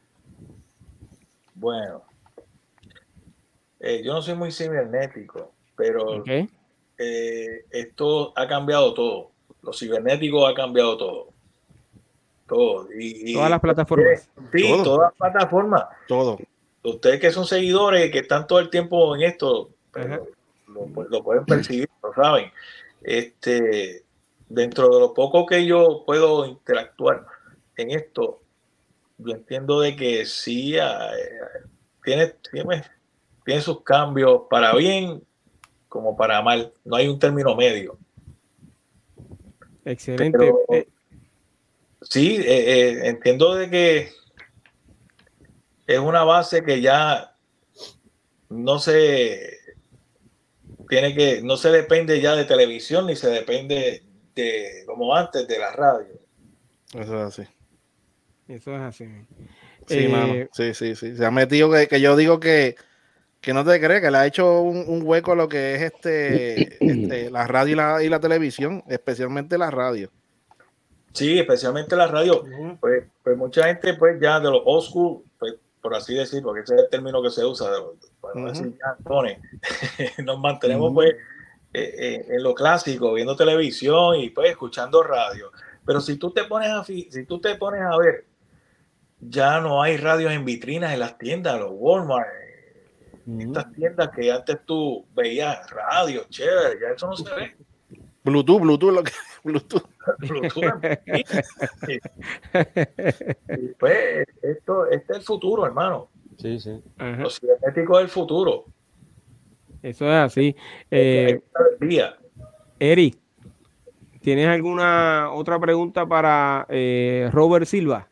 Bueno, eh, yo no soy muy cibernético, pero Okay. eh, esto ha cambiado todo. Lo cibernético ha cambiado todo. Todo. Y, Todas y, las plataformas. Sí, Todo. todas las plataformas. Todo. Ustedes que son seguidores, que están todo el tiempo en esto, pero lo, lo pueden percibir, lo saben. Este, dentro de lo poco que yo puedo interactuar en esto, yo entiendo de que sí, eh, tiene, tiene, tiene sus cambios para bien como para mal. No hay un término medio. Excelente. Pero, eh, sí, eh, eh, entiendo de que es una base que ya no se tiene que, no se depende ya de televisión ni se depende de, como antes, de la radio. Eso es así. Eso es así. Sí, Eh, mano. Sí, sí, sí. Se ha metido que, que yo digo que, que no te crees, que le ha hecho un, un hueco a lo que es este, este la radio y la, y la televisión, especialmente la radio. Sí, especialmente la radio. Uh-huh. Pues, pues mucha gente, pues ya de los old school, pues, por así decir, porque ese es el término que se usa, de los, para no Uh-huh. decir ya, Tony, nos mantenemos Uh-huh. pues eh, eh, en lo clásico, viendo televisión y pues escuchando radio. Pero si tú te pones a si tú te pones a ver, ya no hay radios en vitrinas en las tiendas, los Walmart, uh-huh. Estas tiendas que antes tú veías radio, chévere, ya eso no se ve. Bluetooth, Bluetooth, lo que Bluetooth. Bluetooth. y, y pues esto, este es el futuro, hermano. Sí, sí. Lo cibernético es el futuro. Eso es así. Eh, Eric, ¿tienes alguna otra pregunta para eh, Robert Silva?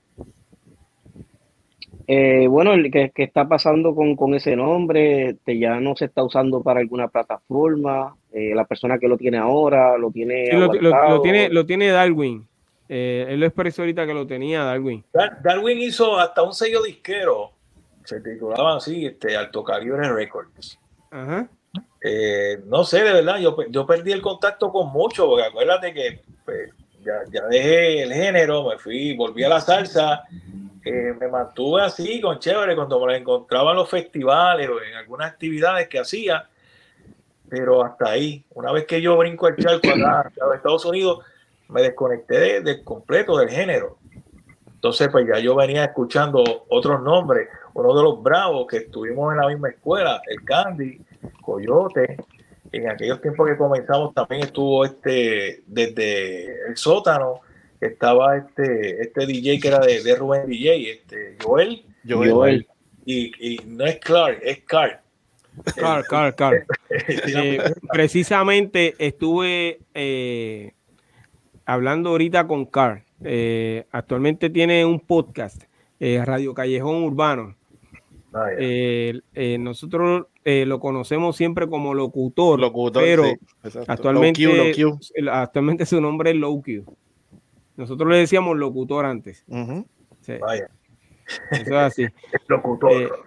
Eh, bueno, ¿qué, qué está pasando con, con ese nombre? ¿Te ya no se está usando para alguna plataforma? Eh, la persona que lo tiene ahora lo tiene sí, lo, lo, lo tiene lo tiene Darwin. Eh, él lo expresó ahorita que lo tenía Darwin. Darwin hizo hasta un sello disquero, se titulaba así, este, Alto Calibre Records. Ajá. Eh, no sé, de verdad, yo, yo perdí el contacto con mucho, porque acuérdate que pues, ya, ya dejé el género, me fui, volví a la salsa. Eh, me mantuve así con chévere cuando me la encontraba en los festivales o en algunas actividades que hacía, pero hasta ahí. Una vez que yo brinco el charco acá a Estados Unidos, me desconecté de, de completo del género. Entonces, pues ya yo venía escuchando otros nombres. Uno de los bravos que estuvimos en la misma escuela, el Candy, Coyote. En aquellos tiempos que comenzamos también estuvo este desde el sótano. Estaba este, este D J que era de, de Rubén D J, este, Joel. Joel. Joel. Y, y no es Clark, es Carl. Carl, Carl, Carl. eh, precisamente estuve eh, hablando ahorita con Carl. Eh, actualmente tiene un podcast, eh, Radio Callejón Urbano. Ah, yeah. eh, eh, nosotros eh, lo conocemos siempre como locutor, locutor pero sí, actualmente, low Q, low Q. actualmente su nombre es Low Q. Nosotros le decíamos locutor antes. Uh-huh. Sí. Vaya. Eso es así. Locutor.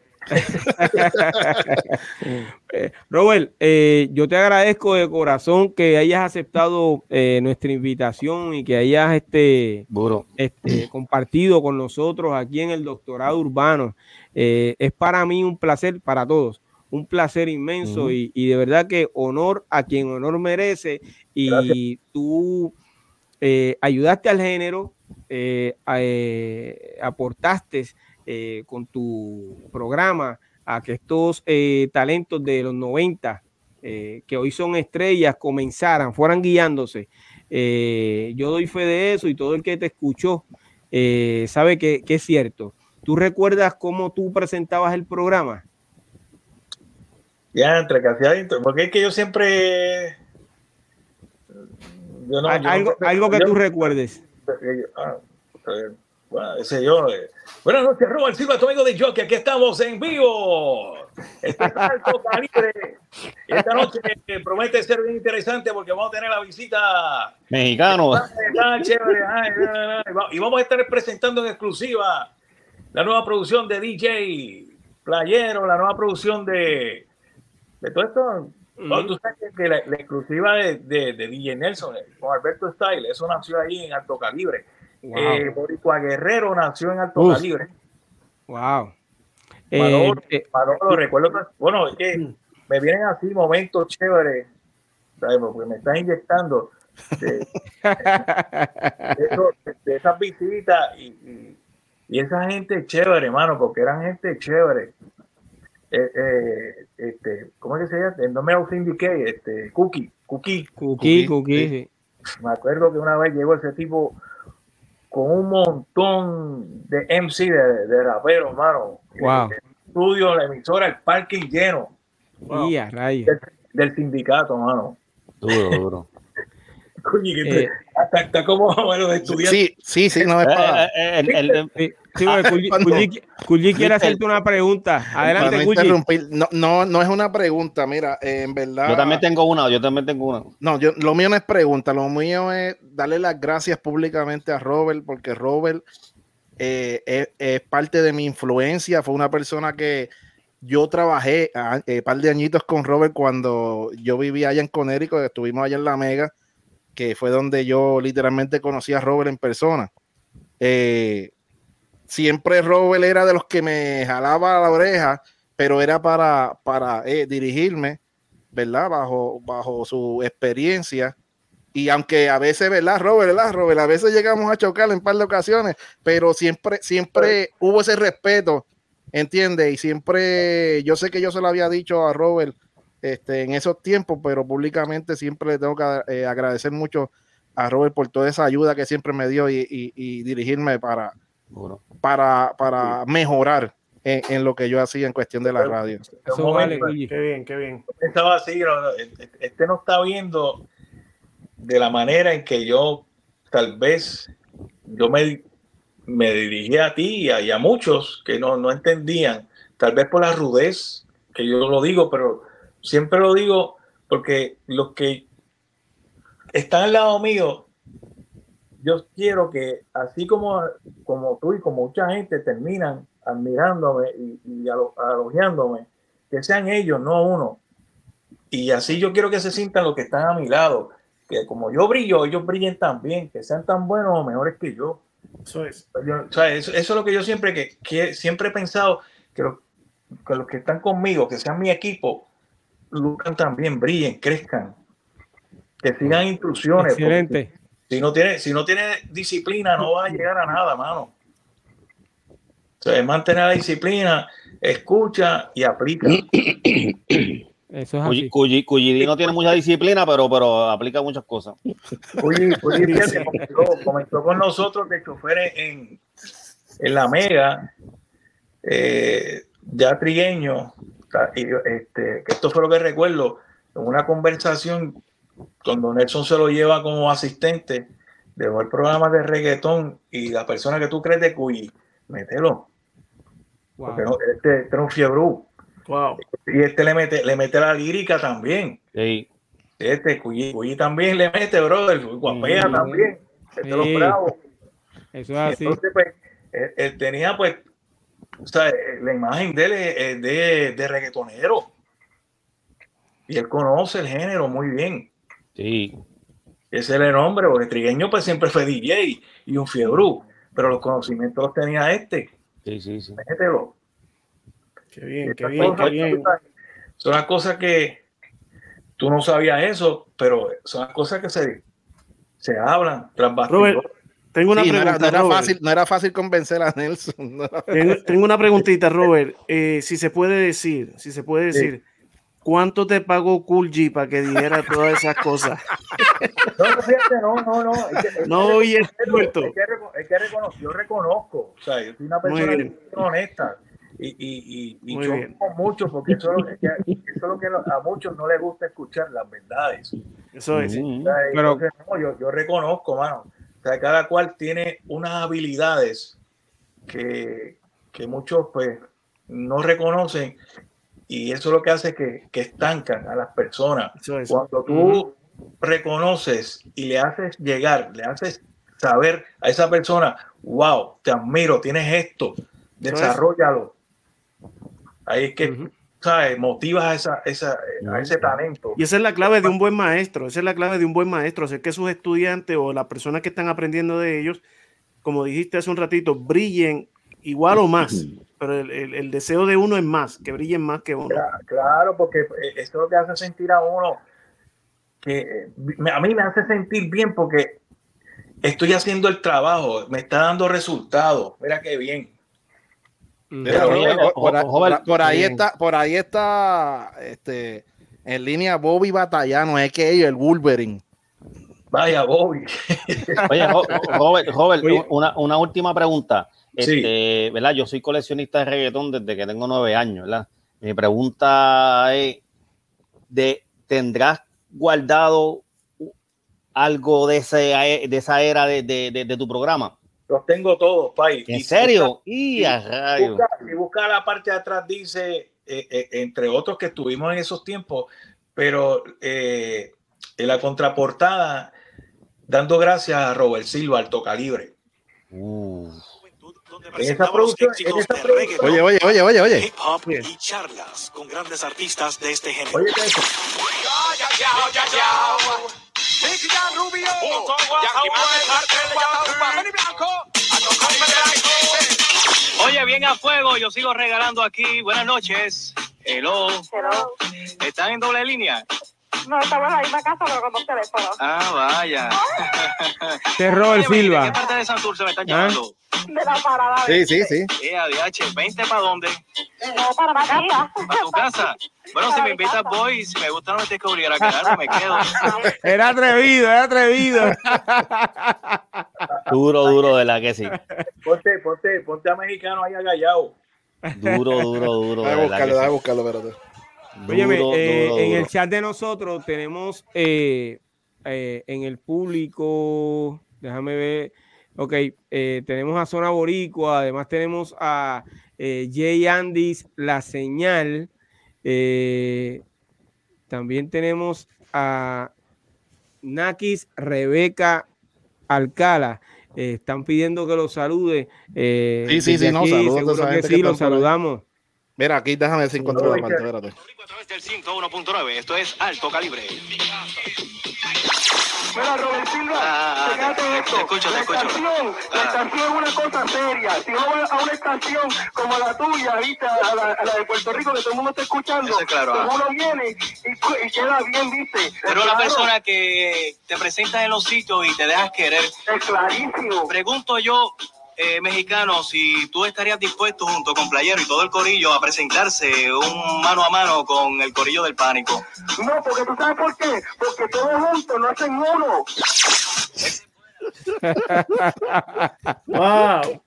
Eh, Robert, eh, yo te agradezco de corazón que hayas aceptado eh, nuestra invitación y que hayas este, este, compartido con nosotros aquí en el Doctorado Urbano. Eh, es para mí un placer, para todos, un placer inmenso uh-huh. y, y de verdad que honor a quien honor merece. Y Gracias. Tú eh, ayudaste al género, eh, eh, aportaste eh, con tu programa a que estos eh, talentos de los noventa, eh, que hoy son estrellas, comenzaran, fueran guiándose. Eh, yo doy fe de eso y todo el que te escuchó eh, sabe que, que es cierto. ¿Tú recuerdas cómo tú presentabas el programa? Ya, entre que hacía intro, porque es que yo siempre... Yo no, yo algo, no, algo que yo, tú recuerdes. Ah, bueno, ese yo. Eh. Buenas noches, Robert Silva, tu amigo de Jockey. Aquí estamos en vivo. Este es Alto Calibre. Esta noche eh, promete ser bien interesante porque vamos a tener la visita mexicano. Chévere, ay, ay, ay. Y vamos a estar presentando en exclusiva la nueva producción de D J Playero, la nueva producción de, de todo esto. No, tú sabes que la, la exclusiva de, de, de D J Nelson con Alberto Style, eso nació ahí en Alto Calibre. Wow. Eh, Boricua Guerrero nació en Alto Uf. Calibre. Wow. Manolo, eh, Manolo, recuerdo que, bueno, es que me vienen así momentos chéveres, ¿sabes? Porque me están inyectando de, de, de, eso, de, de esas visitas y, y, y esa gente chévere, hermano, porque eran gente chévere. Eh, eh, este, ¿cómo es que se llama? El nombre de Syndicate, este, Cookie, Cookie, Cookie, Cookie, sí. Me acuerdo que una vez llegó ese tipo con un montón de M C de, de raperos, hermano. Wow. El, el estudio, la emisora, el parking lleno. Wow. Yeah, right. del, del sindicato, hermano. Duro, duro. Coño, que eh, hasta, hasta como bueno, de estudiantes. Sí, sí, sí, no es para. Eh, eh, el, el, el, sí, sí, Kulji quiere hacerte una pregunta. Adelante, Kulji. No, no, no es una pregunta, mira, eh, en verdad. Yo también tengo una, yo también tengo una. No, yo, lo mío no es pregunta, lo mío es darle las gracias públicamente a Robert, porque Robert eh, es, es parte de mi influencia, fue una persona que yo trabajé un eh, par de añitos con Robert cuando yo vivía allá en Connecticut, estuvimos allá en La Mega, que fue donde yo literalmente conocí a Robert en persona. Eh, siempre Robert era de los que me jalaba la oreja, pero era para, para eh, dirigirme, ¿verdad? Bajo, bajo su experiencia. Y aunque a veces, ¿verdad, Robert? ¿verdad, Robert? A veces llegamos a chocar en un par de ocasiones, pero siempre, siempre hubo ese respeto, ¿entiendes? Y siempre, yo sé que yo se lo había dicho a Robert Este, en esos tiempos, pero públicamente siempre le tengo que eh, agradecer mucho a Robert por toda esa ayuda que siempre me dio y, y, y dirigirme para, bueno. para, para mejorar en, en lo que yo hacía en cuestión de la radio. Eso vale, qué bien, qué bien. Estaba así, este no está viendo de la manera en que yo tal vez yo me, me dirigía a ti y a, y a muchos que no, no entendían, tal vez por la rudez que yo lo digo, pero siempre lo digo porque los que están al lado mío, yo quiero que así como, como tú y como mucha gente terminan admirándome y, y elogiándome, que sean ellos, no uno. Y así yo quiero que se sientan los que están a mi lado, que como yo brillo, ellos brillen también, que sean tan buenos o mejores que yo. Eso es. Yo, o sea, eso, eso es lo que yo siempre, que, que siempre he pensado, que, lo, que los que están conmigo, que sean mi equipo, luchan también, brillen, crezcan, que sigan instrucciones. Excelente. Si no tiene, si no tiene disciplina, no va a llegar a nada, mano. O sea, es mantener la disciplina, escucha y aplica. Eso es así. Cuyi, Cuyi no tiene mucha disciplina, pero, pero aplica muchas cosas. Cuyi, Cuyi comenzó, comenzó con nosotros de choferes en, en La Mega, eh, ya trigueño. Este, que esto fue lo que recuerdo en una conversación cuando Nelson se lo lleva como asistente, dejó el programa de reggaetón y la persona que tú crees de Cuyi, mételo. Wow. Porque no, este, este es un fiebrú. Wow. Y este le mete, le mete la lírica también. Sí. Este Cuyi, Cuyi también le mete, brother. Guapea sí. también. Este sí. Los bravos. Eso es así. Entonces, pues, él, él tenía, pues, o sea, la imagen de él es de, de reggaetonero. Y él conoce el género muy bien. Sí. Ese es el nombre, porque Trigueño pues siempre fue D J y un fiebrú, pero los conocimientos los tenía este. Sí, sí, sí. Mételo. Qué bien, qué bien, qué bien. Son las cosas que tú no sabías eso, pero son las cosas que se, se hablan tras bastidores. Tengo una sí, pregunta, no, era, no, era Robert. fácil, no era fácil convencer a Nelson. No tengo, tengo una preguntita, Robert. Eh, si se puede decir, si se puede decir, sí. ¿Cuánto te pagó Kool G para que dijera todas esas cosas? No, fíjate, no, no, no. Es que, es no, que, oye, es que, es que, es que reconozco, yo reconozco, o sea, yo soy una persona que es honesta y, y, y, y choco mucho porque eso, es que, eso es lo que a muchos no les gusta escuchar, las verdades. Eso es. O sea, Pero, entonces, no, yo, yo reconozco, mano. O sea, cada cual tiene unas habilidades que, que muchos pues no reconocen y eso es lo que hace que, que estancan a las personas. Eso es. Cuando tú uh-huh. reconoces y le haces llegar, le haces saber a esa persona, wow, te admiro, tienes esto, desarróllalo. Ahí es que uh-huh. ¿sabes? Motivas a, esa, esa, a ese talento. Y esa es la clave de un buen maestro, esa es la clave de un buen maestro, hacer que sus estudiantes o las personas que están aprendiendo de ellos, como dijiste hace un ratito, brillen igual o más, pero el, el, el deseo de uno es más, que brillen más que uno. Claro, claro, porque eso es lo que hace sentir a uno, que a mí me hace sentir bien porque estoy haciendo el trabajo, me está dando resultados, mira qué bien. Pero, por, por, por, por ahí está, por ahí está este, en línea Bobby Batallano, es que ellos, el Wolverine. Vaya, Bobby. Oye, Robert, Robert una, una última pregunta. Sí. Este, ¿verdad? Yo soy coleccionista de reggaetón desde que tengo nueve años, ¿verdad? Mi pregunta es, de, ¿tendrás guardado algo de, ese, de esa era de, de, de, de tu programa? Los tengo todos, Pai. ¿En y serio? Si y a rayo. Busca, si busca la parte de atrás, dice, eh, eh, entre otros que estuvimos en esos tiempos, pero eh, en la contraportada, dando gracias a Robert Silva, Alto Calibre. Uh. En esa producción, en esa producción. Oye, oye, oye, oye, oye. Hip hop y charlas con grandes artistas de este género. Oye, ¿qué es eso? Oye, bien a fuego, yo sigo regalando aquí. Buenas noches. Hello. Hello. ¿Están en doble línea? No, estamos en la misma casa, pero con dos teléfonos. Ah, vaya. Terror Silva. ¿De qué parte de Santurce me están llamando? De la parada. Sí, sí, sí. Eh, A D H, ¿veinte para dónde? No, para la casa. ¿Para tu casa? Bueno, para si me invitas voy, y si me gusta no me tienes que obligar a quedarme, me quedo. Era atrevido, era atrevido. Duro, duro, de la que sí. Ponte, ponte, ponte a mexicano ahí agallado. Duro, duro, duro. Voy a buscarlo, voy a buscarlo, espérate. Óyeme, Duro, eh, duro, en duro. el chat de nosotros tenemos eh, eh, en el público, déjame ver, ok, eh, tenemos a Zona Boricua, además tenemos a eh, Jay Andis, La Señal, eh, también tenemos a Nakis Rebeca Alcala, eh, están pidiendo que los salude. Eh, Sí, sí, sí, no, aquí, saludos a seguro esa que gente sí, que los están por ahí. saludamos. Mira, aquí déjame ver si encuentro la parte, espérate. A través del ciento uno punto nueve, esto es Alto Calibre. Mira, Robert Silva, Ah, fíjate te- esto. te escucho, te la escucho. Estación, la Ah. estación es una cosa seria. Si uno va a una estación como la tuya, ¿viste? A la, a la de Puerto Rico, que todo el mundo está escuchando, Eso es claro, pues ah. uno viene y, y queda bien, ¿viste? Pero una Claro, persona que te presentas en los sitios y te dejas querer. es clarísimo. Pregunto yo, eh, mexicano, si tú estarías dispuesto junto con Playero y todo el corillo a presentarse un mano a mano con el corillo del Pánico. No, porque tú sabes por qué. Porque todos juntos no hacen uno. Wow.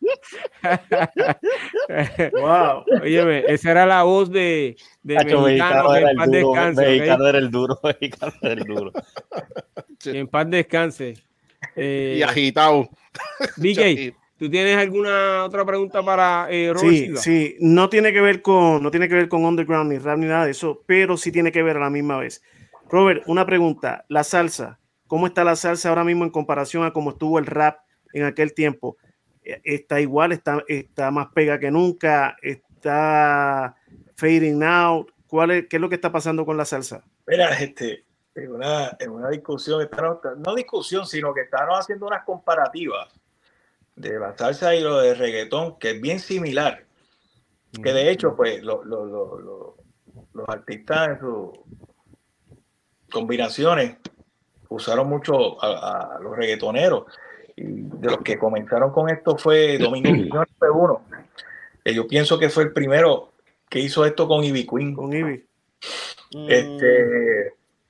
Wow. Óyeme, esa era la voz de, de Tacho, mexicano, que era en el paz duro, descanse. ¿ok? mexicano era el duro, mexicano era el duro. Que en paz descanse. Eh, Y agitado. B K, ¿tú tienes alguna otra pregunta para eh, Robert Sí, Silva? sí, no tiene que ver con, no tiene que ver con underground ni rap ni nada de eso, pero sí tiene que ver a la misma vez. Robert, una pregunta, la salsa, ¿cómo está la salsa ahora mismo en comparación a cómo estuvo el rap en aquel tiempo? ¿Está igual? ¿Está, está más pega que nunca? ¿Está fading out? ¿Cuál es, ¿Qué es lo que está pasando con la salsa? Mira, este, en una, en una discusión, estamos- no discusión, sino que estamos haciendo unas comparativas de la salsa y lo de reggaetón, que es bien similar. Que de hecho, pues, lo- lo- lo- lo- los artistas en sus combinaciones usaron mucho a, a los reggaetoneros. Y de los que comenzaron con esto fue Domingo Quiñones, fue uno. Que yo pienso que fue el primero que hizo esto con Ivy Queen. Con Ivy. Este,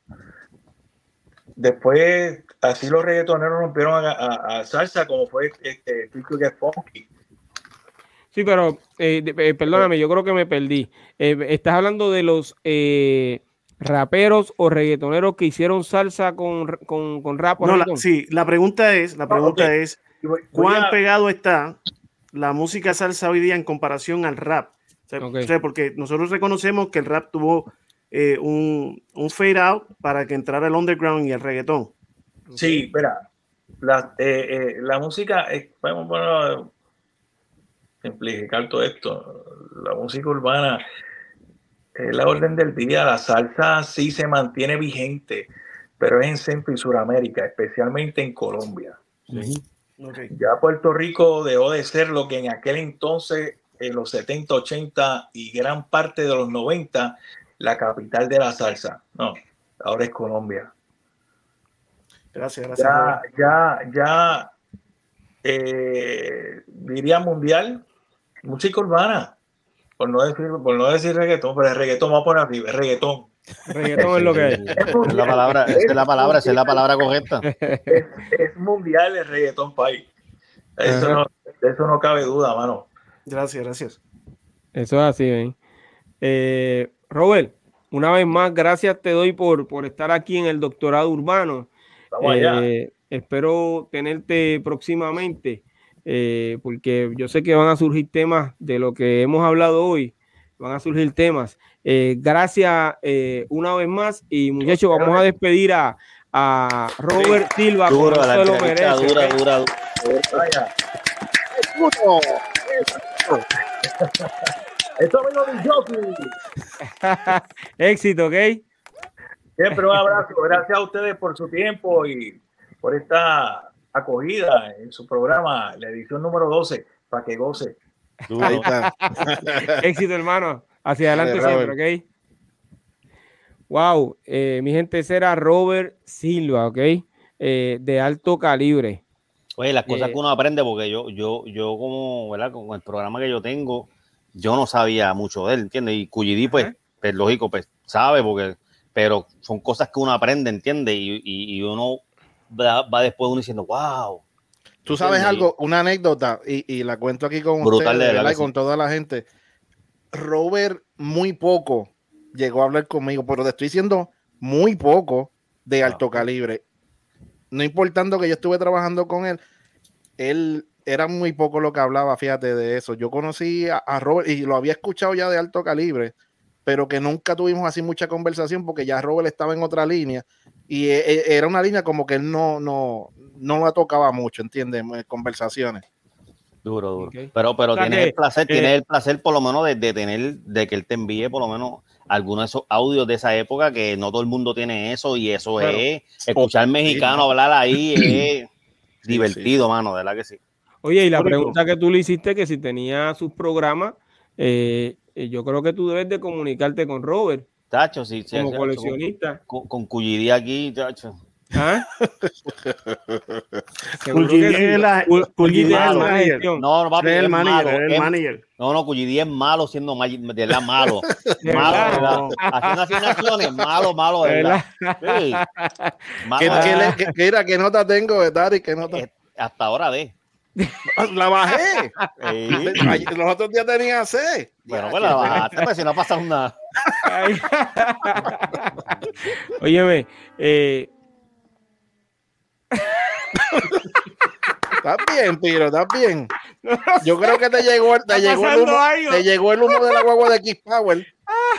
después, así los reggaetoneros rompieron a, a- a salsa, como fue este Tito Get Funky. Sí, pero eh, de- eh, perdóname, yo creo que me perdí. Eh, ¿estás hablando de los eh, raperos o reggaetoneros que hicieron salsa con, con, con rap o No, la, reggaetón? sí, la pregunta es, la pregunta ok. es, Y voy- voy ¿cuán a- pegado está la música salsa hoy día en comparación al rap? O sea, Okay. o sea, porque nosotros reconocemos que el rap tuvo eh, un, un fade out para que entrara el underground y el reggaetón. Okay. Sí, espera. La, eh, eh, la música, eh, vamos a simplificar todo esto. La música urbana es la orden del día. La salsa sí se mantiene vigente, pero es en Centro y Suramérica, especialmente en Colombia. Sí. Okay. Ya Puerto Rico dejó de ser lo que en aquel entonces, en los setenta, ochenta y gran parte de los noventa, la capital de la salsa. No, ahora es Colombia. Gracias, gracias. Ya, ya, ya, eh, diría mundial, música urbana, por no decir, por no decir reggaetón, pero el reggaetón va por arriba, el reggaetón. Reggaetón es lo que es. Es la palabra, esa es la palabra, esa es la palabra correcta. Es, es mundial el reggaetón país. Eso no, eso no cabe duda, mano. Gracias, gracias. Eso es así, ¿eh? Eh, Robert, una vez más, gracias te doy por, por estar aquí en el doctorado urbano. Vamos allá. Eh, espero tenerte próximamente, eh, porque yo sé que van a surgir temas de lo que hemos hablado hoy. Van a surgir temas. Eh, gracias eh, una vez más. Y muchachos, vamos a despedir a, a Robert Silva. Duro, como la se lo entrevista, merece, dura, ¿okay? dura, dura. Vaya. Esto me lo dijo. Éxito, ¿ok? Siempre un abrazo. Gracias a ustedes por su tiempo y por esta acogida en su programa, la edición número doce, para que goce. Ahí está. Éxito, hermano. Hacia adelante Dale, siempre, ¿ok? Wow, eh, mi gente, ese era Robert Silva, ¿ok? Eh, de alto calibre. Oye, las cosas Eh, que uno aprende, porque yo, yo, yo como, ¿verdad? Con el programa que yo tengo, yo no sabía mucho de él, ¿entiendes? Y Cuyidí, pues, pues, lógico, pues, sabe, porque, pero son cosas que uno aprende, ¿entiendes? Y, y, y uno va, va después uno diciendo, wow. Tú sabes ¿entiendes? algo, una anécdota, y, y la cuento aquí con Brutal, ustedes, de verdad ¿verdad? que Y con sí. toda la gente. Robert muy poco llegó a hablar conmigo, pero te estoy diciendo muy poco de alto calibre. No importando que yo estuve trabajando con él, él era muy poco lo que hablaba, fíjate de eso. Yo conocí a, a Robert y lo había escuchado ya de alto calibre, pero que nunca tuvimos así mucha conversación porque ya Robert estaba en otra línea y e, e, era una línea como que él no, no, no la tocaba mucho, ¿entiendes? Conversaciones. Duro, duro. Okay. Pero, pero O sea tienes que, el placer, eh, tienes el placer por lo menos de, de tener, de que él te envíe por lo menos algunos de esos audios de esa época, que no todo el mundo tiene eso, y eso Claro. es escuchar mexicano sí, ¿no? hablar ahí es Sí, divertido, sí. mano, de verdad que sí. Oye, y la Público. pregunta que tú le hiciste, que si tenía sus programas, eh, eh, yo creo que tú debes de comunicarte con Robert Tacho, sí, sí, como sí, coleccionista. Con, con Cuyidí aquí, tacho. ¿Ah? Seguro Cuyidí que sí. es la- Cu- Cuyidí Cuyidí es es el la manager. gestión. No, no, papi, Es el es manager, malo. es el es- manager. No, no, Cuyidí es malo siendo ma- de verdad malo. ¿De malo, de verdad? verdad. Haciendo asignaciones, malo, malo, de ¿De verdad. verdad? Sí. Malo, ¿Qué, de qué, verdad. le- qué- mira, ¿qué nota tengo, Dari? ¿Qué nota? Eh, Hasta ahora de. La bajé. Sí. Ayer- Los otros días tenía C. Bueno, pues la bajaste, pues si no ha pasado nada. Ay. Óyeme, eh, Estás bien, Piro, estás bien. Yo creo que te llegó, te Está llegó, el pasando humo, algo. te llegó el humo de la guagua de X-Power.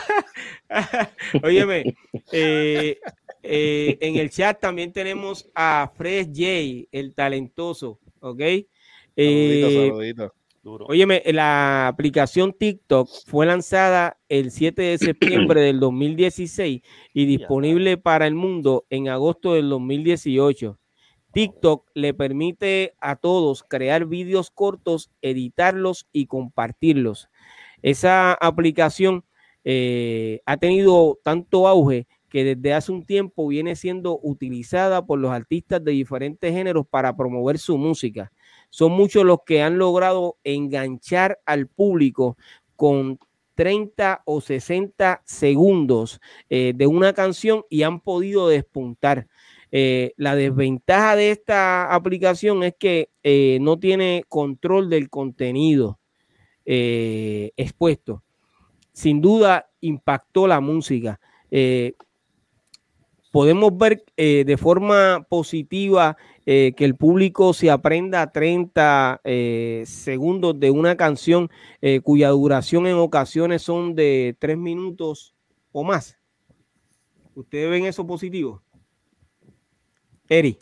óyeme, eh, eh, en el chat también tenemos a Fresh J, el talentoso, ¿ok? Saludito, Eh, saludito. Duro. Óyeme, la aplicación TikTok fue lanzada el siete de septiembre del dos mil dieciséis y disponible para el mundo en agosto del dos mil dieciocho. TikTok le permite a todos crear vídeos cortos, editarlos y compartirlos. Esa aplicación eh, ha tenido tanto auge que desde hace un tiempo viene siendo utilizada por los artistas de diferentes géneros para promover su música. Son muchos los que han logrado enganchar al público con treinta o sesenta segundos eh, de una canción y han podido despuntar. Eh, la desventaja de esta aplicación es que eh, no tiene control del contenido eh, expuesto. Sin duda impactó la música. Eh, podemos ver eh, de forma positiva eh, que el público se aprenda treinta eh, segundos de una canción eh, cuya duración en ocasiones son de tres minutos o más. ¿Ustedes ven eso positivo? Eri.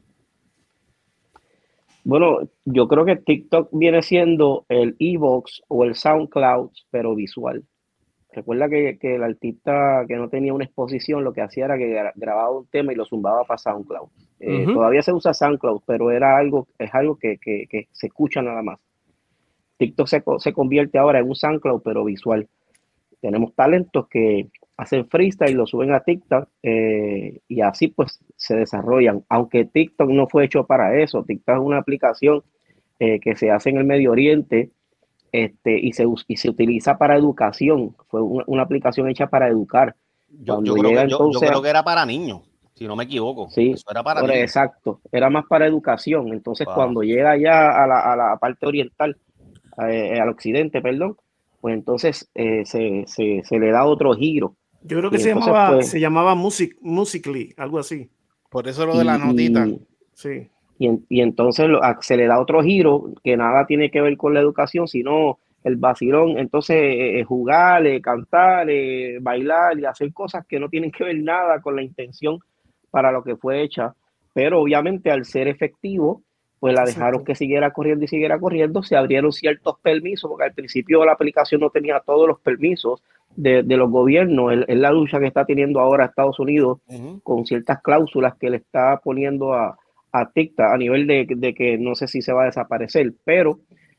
Bueno, yo creo que TikTok viene siendo el iVoox o el SoundCloud, pero visual. Recuerda que, que el artista que no tenía una exposición lo que hacía era que gra- grababa un tema y lo zumbaba para SoundCloud. Eh, Ujú. Todavía se usa SoundCloud, pero era algo, es algo que, que- que se escucha nada más. TikTok se, co- se convierte ahora en un SoundCloud, pero visual. Tenemos talentos que hacen freestyle, lo suben a TikTok eh, y así pues se desarrollan. Aunque TikTok no fue hecho para eso, TikTok es una aplicación eh, que se hace en el Medio Oriente este, y, se, us- y se utiliza para educación. Fue una, una aplicación hecha para educar. Yo, Cuando yo creo llega que yo, yo entonces, creo que era para niños, si no me equivoco. sí, Eso era para ahora, niños. exacto, era más para educación. Entonces Wow. cuando llega ya a la, a la parte oriental, eh, al occidente, perdón, pues entonces eh, se, se, se le da otro giro. Yo creo Y que se entonces llamaba, pues, se llamaba Music, Musically, algo así. Por eso lo de la y, notita. y, Sí. y, en- y entonces lo- a- se le da otro giro que nada tiene que ver con la educación, sino el vacilón. Entonces, eh, eh, jugar, eh, cantar, eh, bailar y hacer cosas que no tienen que ver nada con la intención para lo que fue hecha. Pero obviamente al ser efectivo, pues la dejaron Exacto. que siguiera corriendo y siguiera corriendo. Se abrieron ciertos permisos, porque al principio la aplicación no tenía todos los permisos de, de los gobiernos. Es es la lucha que está teniendo ahora Estados Unidos Ujú. con ciertas cláusulas que le está poniendo a, a TikTok a nivel de, de que no sé si se va a desaparecer, pero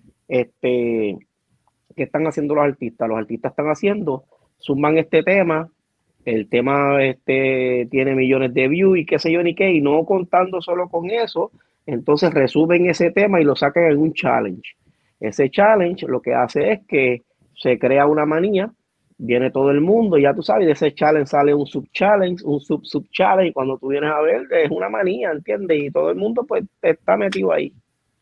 este, ¿qué están haciendo los artistas? Los artistas están haciendo, suman este tema, el tema este, tiene millones de views y qué sé yo ni qué, y no contando solo con eso, entonces resumen ese tema y lo sacan en un challenge. Ese challenge lo que hace es que se crea una manía, viene todo el mundo, ya tú sabes, de ese challenge sale un sub-challenge, un sub-sub-challenge, y cuando tú vienes a ver, es una manía, ¿entiendes? Y todo el mundo pues está metido ahí.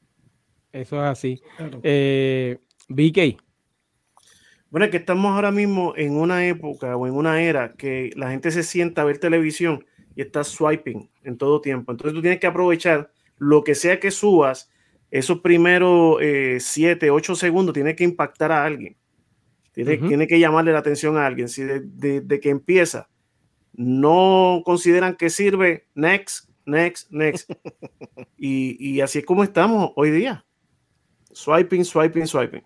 Eso es así. Claro. Eh, B K. Bueno, es que estamos ahora mismo en una época o en una era que la gente se sienta a ver televisión y está swiping en todo tiempo. Entonces tú tienes que aprovechar lo que sea que subas, esos primeros eh, siete, ocho segundos, tiene que impactar a alguien. Tiene, Ujú. tiene que llamarle la atención a alguien. Si de, de- de que empieza no consideran que sirve, next, next, next. y, y así es como estamos hoy día. Swiping, swiping, swiping.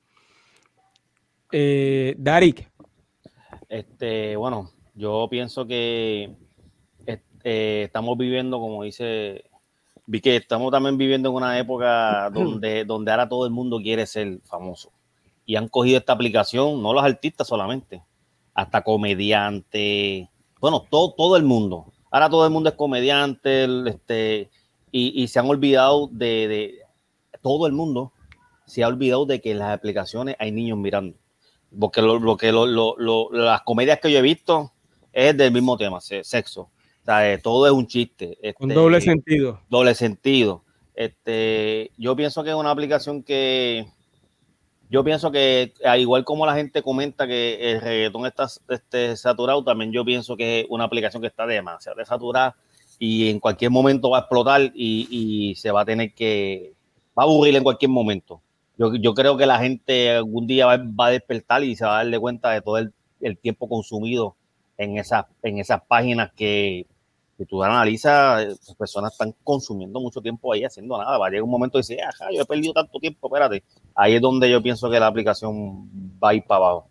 Eh, Darik. Este, bueno, yo pienso que este, estamos viviendo, como dice, vi que estamos también viviendo en una época donde, donde ahora todo el mundo quiere ser famoso. Y han cogido esta aplicación, no los artistas solamente, hasta comediantes, bueno, todo, todo el mundo. Ahora todo el mundo es comediante, el, este, y, y se han olvidado de, de, todo el mundo se ha olvidado de que en las aplicaciones hay niños mirando. Porque lo, lo que lo, lo, lo, las comedias que yo he visto es del mismo tema, sexo. O sea, eh, todo es un chiste. Este, Con doble sentido. Doble sentido. Este, yo pienso que es una aplicación que yo pienso que al igual como la gente comenta que el reggaetón está este, saturado, también yo pienso que es una aplicación que está demasiado saturada y en cualquier momento va a explotar y, y se va a tener que, va a aburrir en cualquier momento. Yo, yo creo que la gente algún día va, va a despertar y se va a darle cuenta de todo el, el tiempo consumido en esas, en esas páginas que, que tú analizas, las personas están consumiendo mucho tiempo ahí haciendo nada. Va a llegar un momento y dice, ajá, yo he perdido tanto tiempo, espérate. Ahí es donde yo pienso que la aplicación va a ir para abajo.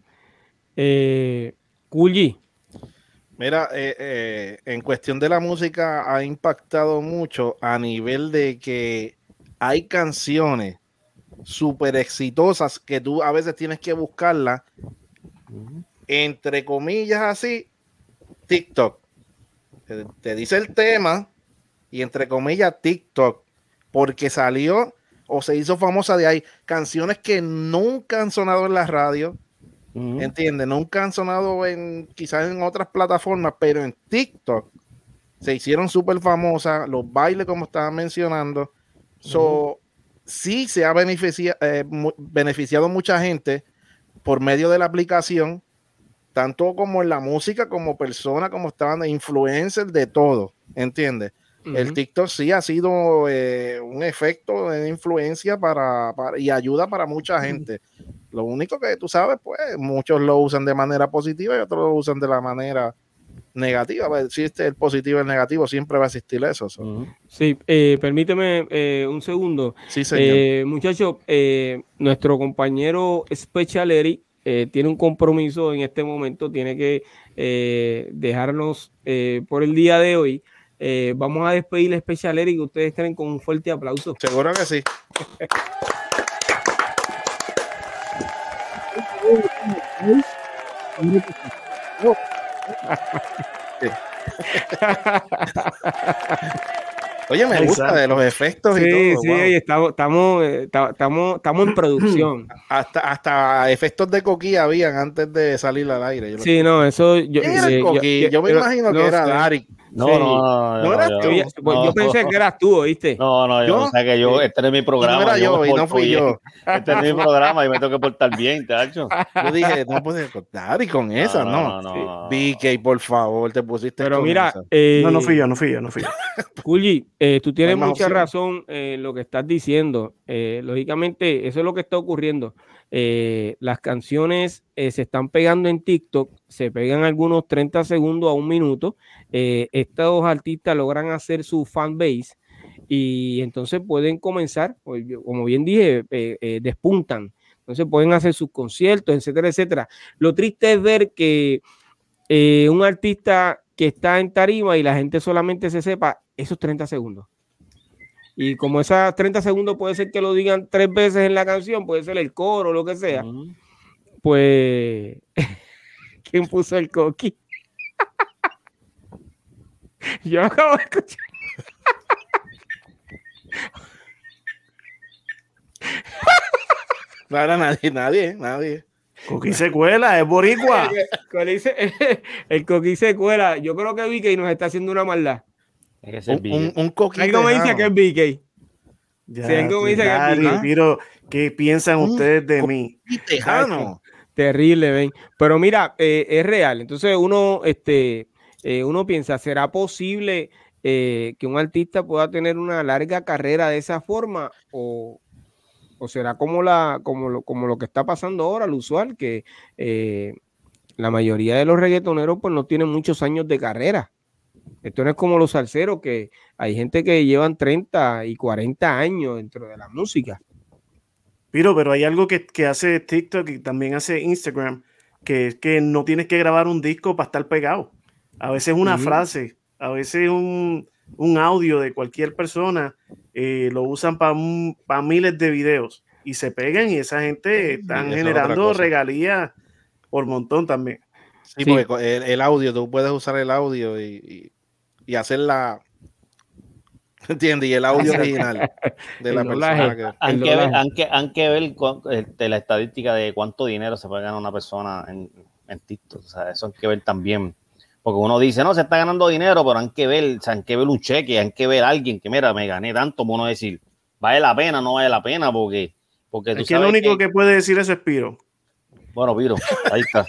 Eh, Kulji. Mira, eh, eh, en cuestión de la música ha impactado mucho a nivel de que hay canciones súper exitosas que tú a veces tienes que buscarlas, uh-huh. entre comillas así, TikTok. Te, te dice el tema y entre comillas TikTok, porque salió o se hizo famosa de ahí. Canciones que nunca han sonado en la radio, uh-huh. ¿entiendes? Nunca han sonado en quizás en otras plataformas, pero en TikTok se hicieron súper famosas, los bailes como estaban mencionando. So, uh-huh. sí se ha beneficia, eh, beneficiado mucha gente por medio de la aplicación tanto como en la música, como persona, como estaban influencers de todo, ¿entiendes? Uh-huh. El TikTok sí ha sido eh, un efecto de influencia para, para, y ayuda para mucha gente. Uh-huh. Lo único que tú sabes, pues muchos lo usan de manera positiva y otros lo usan de la manera negativa. Pues, existe el positivo y el negativo, siempre va a existir eso. So. Uh-huh. Sí, eh, permíteme eh, un segundo. Sí, señor. Eh, muchachos, eh, nuestro compañero Special Eric eh, tiene un compromiso en este momento, tiene que eh, dejarnos eh, por el día de hoy. Eh, vamos a despedir a Special Eric y ustedes estén con un fuerte aplauso. Seguro que sí. Oye, me gusta Exacto. de los efectos sí, y todo. Sí, wow. estamos, estamos, estamos, estamos en producción. Hasta, hasta efectos de coquí habían antes de salir al aire. Yo sí, lo... no, eso yo, era el coquí? Yo, yo me pero, imagino no que era Dari. No, sí. no, no, no, no eras yo, tú. Yo, no, yo pensé que eras tú, ¿oíste? No, no, yo, yo o sea que yo, este es mi programa. No era yo, yo y no fui bien. yo. Este es mi programa y me tengo que portar bien, tacho. Yo dije, no puedes contar y con esa, no. no, no, no, B K, por favor, te pusiste. Pero con mira, esa. Eh, no, no fui yo, no fui yo, no fui yo. Kulji, eh, tú tienes no mucha opción. razón en lo que estás diciendo. Eh, lógicamente, eso es lo que está ocurriendo. Eh, las canciones eh, se están pegando en TikTok, se pegan algunos treinta segundos a un minuto. Eh, estos artistas logran hacer su fan base y entonces pueden comenzar, como bien dije, eh, eh, despuntan. Entonces pueden hacer sus conciertos, etcétera, etcétera. Lo triste es ver que eh, un artista que está en tarima y la gente solamente se sepa esos treinta segundos. Y como esos treinta segundos puede ser que lo digan tres veces en la canción, puede ser el coro, lo que sea, uh-huh. Pues ¿quién puso el coqui? Yo acabo de escuchar. No era nadie, nadie, nadie. Coqui se cuela, es boricua. El, el, el coqui se cuela. Yo creo que V K nos está haciendo una maldad. Es un, un, un coqui. Algo me dice que es V K. Ya, sí, algo me dice Dari, que es V K. Pero, ¿qué piensan un ustedes de mí? Tejano. Terrible, ven. Pero mira, eh, es real. Entonces uno, este, eh, uno piensa, ¿será posible eh, que un artista pueda tener una larga carrera de esa forma? O, o será como, la, como, lo, como lo que está pasando ahora, lo usual, que eh, la mayoría de los reggaetoneros pues no tienen muchos años de carrera. Esto no es como los salseros, que hay gente que llevan treinta y cuarenta años dentro de la música. Pero, pero hay algo que, que hace TikTok y también hace Instagram, que es que no tienes que grabar un disco para estar pegado. A veces una uh-huh. frase, a veces un, un audio de cualquier persona, eh, lo usan para pa miles de videos y se pegan y esa gente están sí, generando regalías por montón también. Sí, sí. Porque el, el audio, tú puedes usar el audio y, y, y hacer la... ¿Entiendes? Y el audio original de la persona. Que... Hay que ver, hay que, hay que ver este, la estadística de cuánto dinero se puede ganar una persona en, en TikTok. O sea, eso hay que ver también. Porque uno dice, no, se está ganando dinero, pero hay que ver, o sea, hay que ver un cheque, hay que ver a alguien que, mira, me gané tanto, como uno decir, ¿vale la pena? No vale la pena, porque... porque tú es que lo único que... que puede decir eso es Piro. Bueno, Piro, ahí está.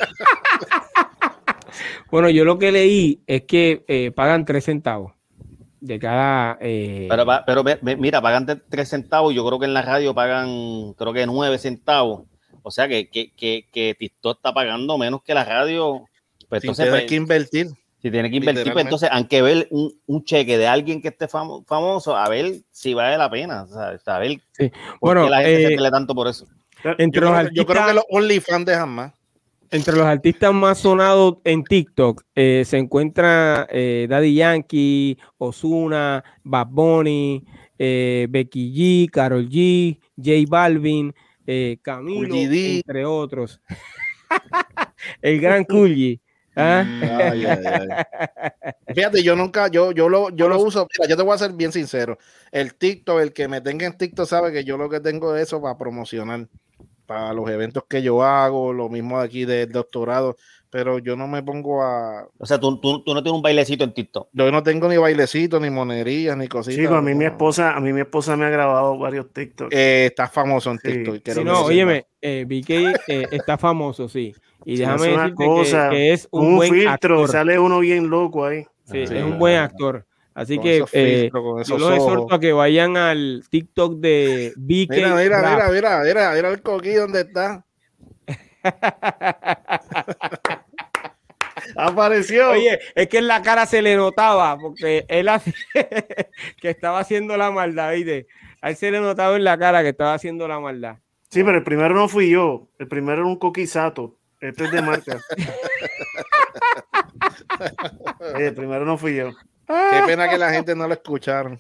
Bueno, yo lo que leí es que eh, pagan tres centavos de cada... Eh... Pero, pero mira, pagan tres centavos, yo creo que en la radio pagan, creo que nueve centavos. O sea que, que, que, que TikTok está pagando menos que la radio. Pues si entonces, tiene pues, que invertir. Si tiene que invertir, pues entonces hay que ver un, un cheque de alguien que esté famo, famoso, a ver si vale la pena. O sea, a ver sí. por bueno, qué la gente eh, se pelea tanto por eso. Entre yo, los creo, artistas, yo creo que los OnlyFans dejan más. Entre los artistas más sonados en TikTok eh, se encuentra eh, Daddy Yankee, Ozuna, Bad Bunny, eh, Becky G, Karol G, J Balvin, eh, Camilo, entre otros. El gran Kulji. ¿Ah? Ay, ay, ay. Fíjate, yo nunca, yo, yo lo, yo lo uso. Mira, yo te voy a ser bien sincero. El TikTok, el que me tenga en TikTok sabe que yo lo que tengo es eso para promocionar. Para los eventos que yo hago, lo mismo de aquí del doctorado, pero yo no me pongo a... O sea, tú, tú, tú no tienes un bailecito en TikTok. Yo no tengo ni bailecito, ni monerías, ni cositas. Chico, a mí no. mi esposa, a mí mi esposa me ha grabado varios TikTok. Eh, está famoso en Sí. TikTok. Sí, no, óyeme, eh, B K eh, está famoso, sí. Y Se déjame hace una decirte cosa, que, que es un, un buen filtro, actor. sale uno bien loco ahí. Sí, Sí. es un buen actor. Así Con que esos eh, filtros, con yo esos los exhorto ojos. a que vayan al TikTok de B K Mira, mira, Rap. mira, mira, mira, mira el coquí donde está. Apareció. Oye, es que en la cara se le notaba porque él hacía que estaba haciendo la maldad, ¿viste? A él se le notaba en la cara que estaba haciendo la maldad. Sí, pero el primero no fui yo. El primero era un coquisato. Este es de marca. Oye, el primero no fui yo. Qué pena que la gente no lo escucharon.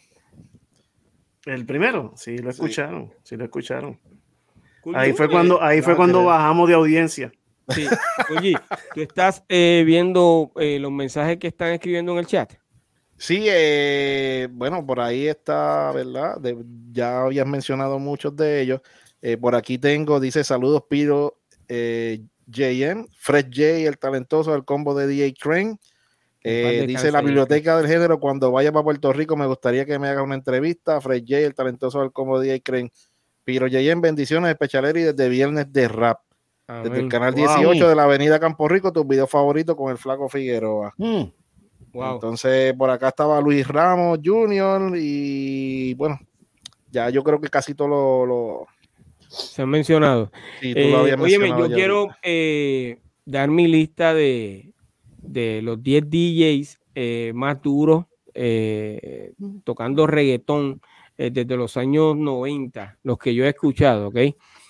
El primero, sí, lo Sí. escucharon. Sí, lo escucharon. Cool, Ahí tú, fue eh, cuando, ahí fue no, cuando que- bajamos de audiencia. Sí. Oye, tú estás eh, viendo eh, los mensajes que están escribiendo en el chat. Sí, eh, bueno, por ahí está, ¿verdad? De- ya habías mencionado muchos de ellos. Eh, por aquí tengo, dice saludos Piro eh, J M, Fred J, el talentoso del combo de D J Crane. Que en paz Eh, descanse, dice la J. biblioteca del género, cuando vaya para Puerto Rico me gustaría que me haga una entrevista. Fred J, el talentoso del combo de D J Crane. Piro J M, bendiciones de Pechaleri desde Viernes de Rap. Amén. Desde el canal Wow. dieciocho de la avenida Campo Rico, tus videos favoritos con el Flaco Figueroa. Hmm. Wow. Entonces, por acá estaba Luis Ramos junior y bueno, ya yo creo que casi todo lo... lo Se han mencionado. sí, tú Eh, lo habías óyeme, mencionado yo ya quiero ahorita. eh, dar mi lista de, de los diez D Js eh, más duros eh, tocando reggaetón eh, desde los años noventa, los que yo he escuchado, ¿ok?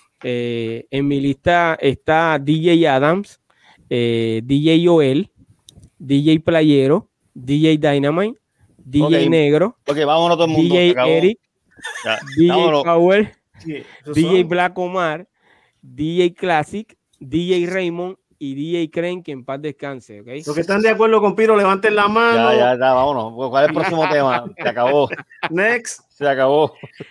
Eh, en mi lista está D J Adams, eh, D J Joel, D J Playero, D J Dynamite, D J Ok. Negro, Ok, vámonos todo el mundo. se D J acabó. Eric, Ya, D J vámonos. Power, Sí, esos D J son. Black Omar, D J Classic, D J Raymond y D J Crane, que en paz descanse, ¿ok? Los que están de acuerdo con Piro, levanten la mano. Ya, ya, ya, vámonos. ¿Cuál es el próximo tema? Se acabó. Next. Se acabó.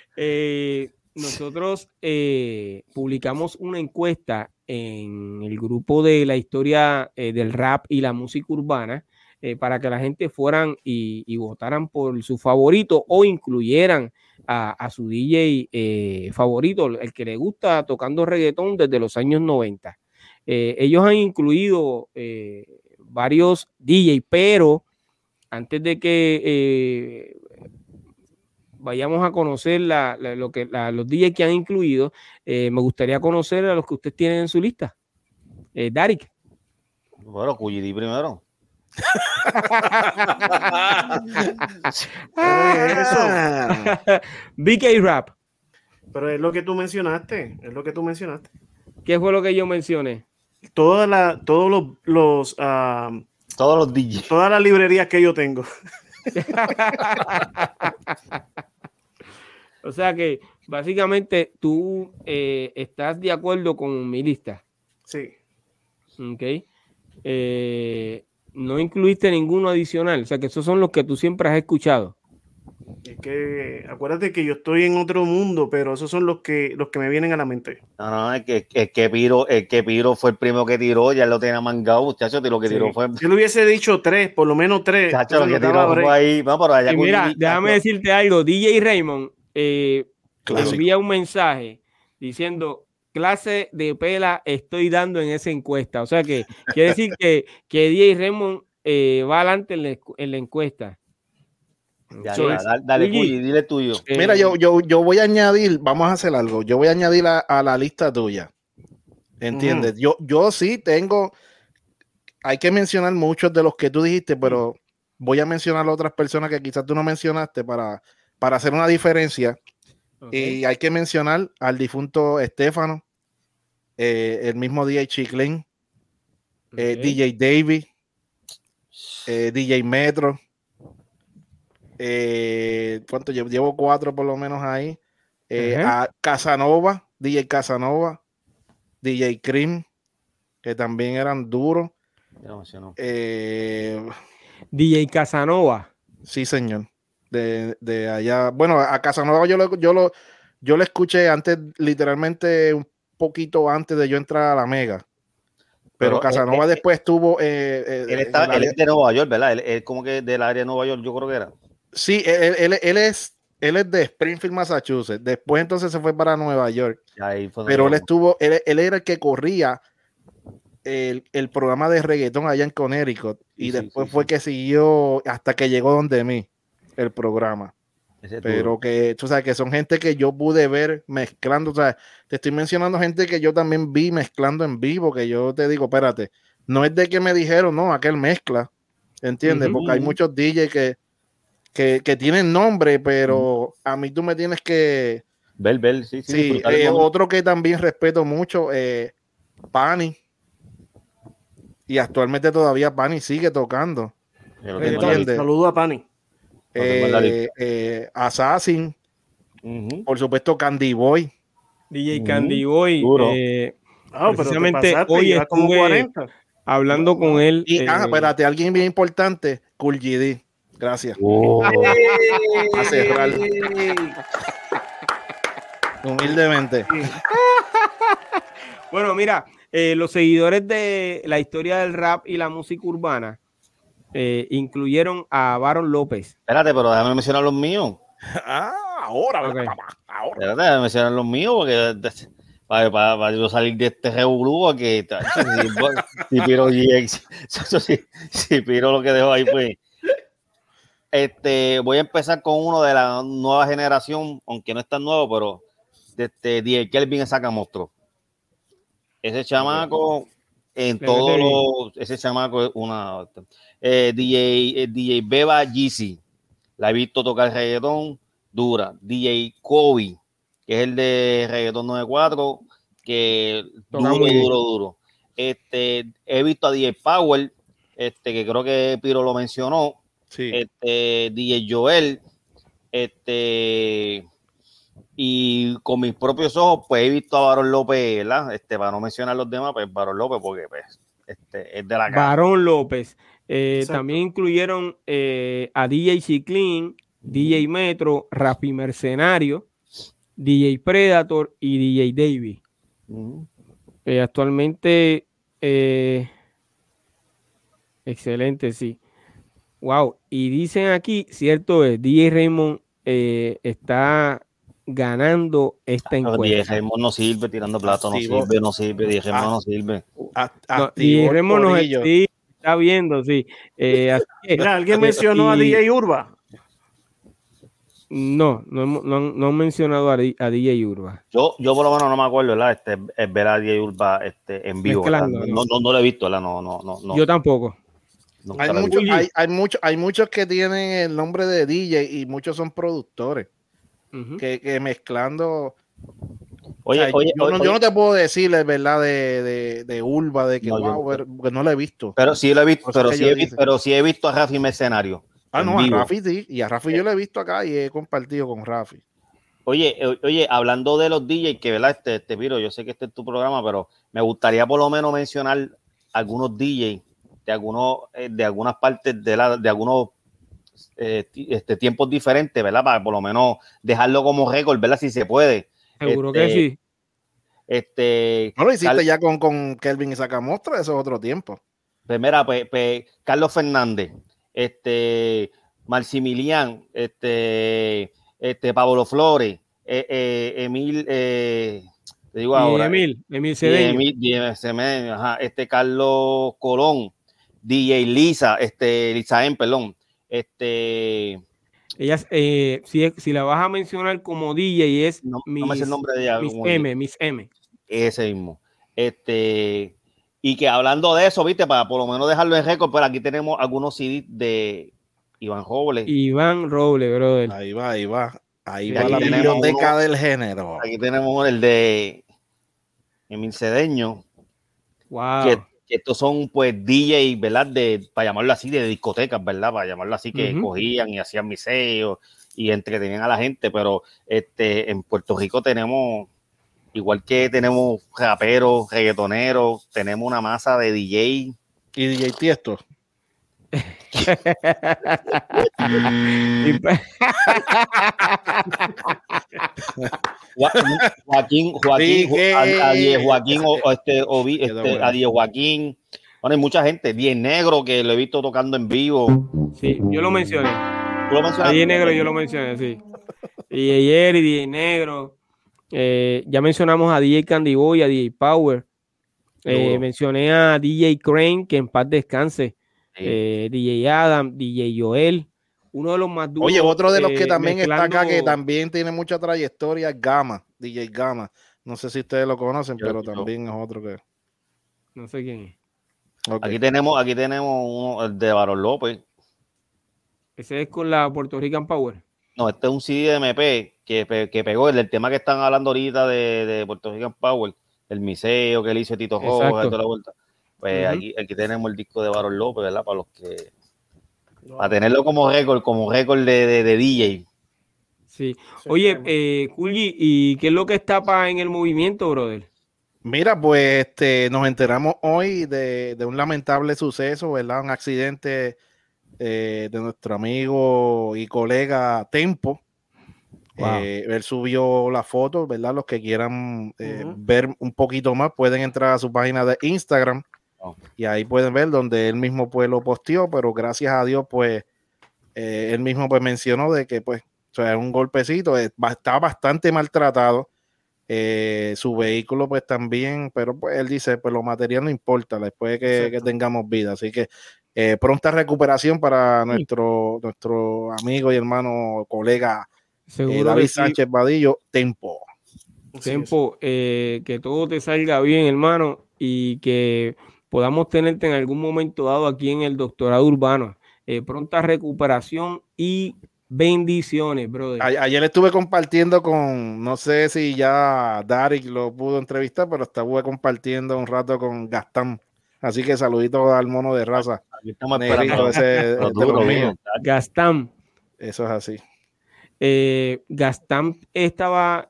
Eh, nosotros eh, publicamos una encuesta en el grupo de la historia eh, del rap y la música urbana eh, para que la gente fueran y, y votaran por su favorito o incluyeran a, a su D J eh, favorito, el que le gusta tocando reggaetón desde los años noventa. Eh, ellos han incluido eh, varios D J, pero antes de que eh, vayamos a conocer la, la, lo que, la, los D Js que han incluido, eh, me gustaría conocer a los que usted tiene en su lista. Eh, Darik. Bueno, Cuyidi primero. Ah, eso. B K Rap. Pero es lo que tú mencionaste. Es lo que tú mencionaste. ¿Qué fue lo que yo mencioné? Toda la, todos los, los ah, Todos los D Js. todas las librerías que yo tengo. O sea que básicamente tú eh, estás de acuerdo con mi lista. Sí. Ok. Eh, no incluiste ninguno adicional. O sea que esos son los que tú siempre has escuchado. Es que acuérdate que yo estoy en otro mundo, pero esos son los que los que me vienen a la mente. No, no, es que, es que Piro, es que Piro fue el primero que tiró, ya lo tenía mangado, muchachos, lo que tiró Sí. fue. Yo le hubiese dicho tres, por lo menos tres. Chacho, lo Entonces que nos daba tiró break. fue ahí. No, pero allá Y mira, Cuyidi, déjame chacho. decirte algo. D J Raymond eh, Clásico. envía un mensaje diciendo: clase de pela estoy dando en esa encuesta. O sea que quiere decir que, que D J Raymond eh, va adelante en la, en la encuesta. Ya, Eso ya, es. dale, dale, Luigi, Cuyidi, dile tuyo. eh, Mira, yo, yo, yo voy a añadir, vamos a hacer algo, yo voy a añadir a, a la lista tuya. ¿Entiendes? Yo, yo sí tengo, hay que mencionar muchos de los que tú dijiste, pero voy a mencionar a otras personas que quizás tú no mencionaste para, para hacer una diferencia. ok. Y hay que mencionar al difunto Estefano, eh, el mismo D J Chiclin, eh, Ok. D J Davey, eh, D J Metro. Eh, ¿Cuánto llevo? Llevo cuatro por lo menos ahí. Eh, Ajá. a Casanova, D J Casanova, D J Cream, que también eran duros. Ya lo mencionó. Eh, D J Casanova. sí, señor. De, de allá. Bueno, a Casanova yo lo, yo lo, yo lo escuché antes, literalmente un poquito antes de yo entrar a la Mega. pero Casanova él, después estuvo... Eh, eh, él, está, él es de Nueva York, ¿verdad? Él, él como que del área de Nueva York, yo creo que era. Sí, él, él, él, es, él es de Springfield, Massachusetts. Después entonces se fue para Nueva York. Ahí fue pero él estuvo, él, él era el que corría el, el programa de reggaetón allá en Connecticut. Y sí, después sí, fue sí. que siguió hasta que llegó donde mí el programa. Pero que tú sabes que son gente que yo pude ver mezclando, o sea, te estoy mencionando gente que yo también vi mezclando en vivo, que yo te digo, espérate, no es de que me dijeron, no, aquel mezcla, ¿entiendes? Uh-huh. Porque hay muchos D J que, que, que tienen nombre, pero uh-huh. a mí tú me tienes que... Ver, ver, sí, sí. sí eh, otro que también respeto mucho, eh, Pani, y actualmente todavía Pani sigue tocando. Saludo a Pani. Eh, eh, Assassin, uh-huh. por supuesto Candy Boy, D J Candy Boy. Eh, oh, precisamente pero pasaste, hoy estuve hablando con él. Y, eh, ah, espérate, alguien bien importante, Cool G D. Gracias. Oh. A cerrar. Humildemente. Bueno, mira, eh, los seguidores de la historia del rap y la música urbana Eh, incluyeron a Baron López. Espérate, pero déjame mencionar los míos. Ah, ahora, okay. ahora. Espérate, déjame mencionar los míos porque para, para, para yo salir de este revolú que si Piro si, si Piro lo que dejó ahí pues. Este, voy a empezar con uno de la nueva generación, aunque no es tan nuevo, pero de este D J Kelvin Saca Monstruo. Ese chamaco en todos los, ese chamaco es una eh, D J, eh, D J Beba Yeezy, la he visto tocar reggaetón dura. D J Kobe, que es el de reggaetón noventa y cuatro, que toca duro, duro, duro. Este, he visto a D J Power, este, que creo que Piro lo mencionó. Sí. Este, D J Joel, este, y con mis propios ojos, pues he visto a Barón López, ¿verdad? Este, para no mencionar los demás, pues Barón López, porque pues, este, es de la casa. Barón López. Eh, también incluyeron eh, a D J Ciclin, D J Metro, Rafi Mercenario, D J Predator y D J Davey. Uh-huh. Eh, actualmente, eh, excelente, sí. Wow, y dicen aquí, cierto es, D J Raymond eh, está ganando esta encuesta. D J Raymond no sirve, tirando plato no sirve, no sirve, D J Raymond no sirve. No, D J Raymond no sí, está viendo, sí. Eh, así que, Mira, ¿alguien mencionó y, a D J Urba? No, no, no, no han mencionado a, a D J Urba. Yo, yo por lo menos no me acuerdo, ¿verdad? Este, es ver a D J Urba este, en vivo. No, no, no, no lo he visto, ¿verdad? No, no, no, no. Yo tampoco. No, hay, mucho, hay, hay, mucho, hay muchos que tienen el nombre de D J y muchos son productores uh-huh. que, que mezclando. Oye, o sea, oye, yo, oye, no, yo no te puedo decirles verdad de, de, de Urba, de que no, wow, ver, porque no lo he visto. Pero sí lo he visto, pero sí he visto, pero sí he visto a Rafi Mercenario. Ah, no, vivo. A Rafi sí, y a Rafi yo lo he visto acá y he compartido con Rafi. Oye, oye, hablando de los D Js, que verdad, este, este Piro, yo sé que este es tu programa, pero me gustaría por lo menos mencionar algunos D Js de algunos de algunas partes de la de algunos eh, este, tiempos diferentes, ¿verdad? Para por lo menos dejarlo como récord, ¿verdad? Si se puede. Seguro este, que sí. Este, no lo hiciste Cal- ya con, con Kelvin y Sacamostra, eso es otro tiempo. Primera, pues, pues Carlos Fernández, este, Maximilián, este, este, Pablo Flores, eh, eh, Emil, eh, te digo ahora, Emil, Emil Cedeño, Emil, Cedeño, ajá, este Carlos Colón, D J Lisa, este, Lizaen, perdón, este... Ella, eh, si, si la vas a mencionar como D J es no, Miss, no me sé el nombre de ella, Miss M, Miss M. Ese mismo. Este, y que hablando de eso, viste, para por lo menos dejarlo en récord, pues aquí tenemos algunos C D de Iván Robles. Iván Robles, brother. Ahí va, ahí va. Ahí y va la biblioteca del género. Aquí tenemos el de Emil Cedeño. Wow. Que, que estos son pues D Js, ¿verdad? De, para llamarlo así, de discotecas, ¿verdad? Para llamarlo así, que uh-huh. cogían y hacían miseos y entretenían a la gente, pero este, en Puerto Rico tenemos, igual que tenemos raperos, reggaetoneros, tenemos una masa de D J. ¿Y D J Tiesto? Joaquín, Joaquín, a, a Die Joaquín, o, o este, o, este, a Die Joaquín. Bueno, hay mucha gente. Die Negro, que lo he visto tocando en vivo. Sí, yo lo mencioné. ¿Tú lo mencionaste? A Die Negro yo lo mencioné, sí. Y ayer y Die Negro. Eh, ya mencionamos a D J Candy Boy, a D J Power. Eh, mencioné a D J Crane, que en paz descanse. Sí. Eh, D J Adam, D J Joel. Uno de los más duros. Oye, otro de los que eh, también mezclando... está acá, que también tiene mucha trayectoria, es Gama, D J Gama. No sé si ustedes lo conocen, yo, pero yo. también es otro que... No sé quién es. Okay. Aquí tenemos, aquí tenemos uno, el de Barón López. Ese es con la Puerto Rican Power. No, este es un C D de M P que, que pegó el del tema que están hablando ahorita de, de Puerto Rican Power, el miseo que le hizo Tito Rojas, toda la vuelta. Pues uh-huh. aquí, aquí tenemos el disco de Barón López, ¿verdad? Para los que... No. Para tenerlo como récord, como récord de, de, de D J. Sí. Oye, eh, Kulji, ¿y qué es lo que está pa en el movimiento, brother? Mira, pues este, nos enteramos hoy de, de un lamentable suceso, ¿verdad? Un accidente eh, de nuestro amigo y colega Tempo. Wow. Eh, él subió la foto, ¿verdad? Los que quieran eh, uh-huh. ver un poquito más pueden entrar a su página de Instagram oh. y ahí pueden ver donde él mismo pues lo posteó, pero gracias a Dios pues eh, él mismo pues mencionó de que pues o sea, un golpecito, eh, está bastante maltratado. Eh, su vehículo pues también, pero pues él dice pues lo material no importa después de que, que tengamos vida, así que eh, pronta recuperación para nuestro, nuestro amigo y hermano colega eh, David Sánchez Vadillo. Tempo Tempo, eh, que todo te salga bien, hermano, y que podamos tenerte en algún momento dado aquí en el Doctorado Urbano. Eh, pronta recuperación y bendiciones, brother. A- ayer estuve compartiendo con, no sé si ya Derek lo pudo entrevistar, pero estuve compartiendo un rato con Gastán. Así que saluditos al mono de raza. Aquí estamos negrito, ese de los míos. Gastán. Eso es así. Eh, Gastán estaba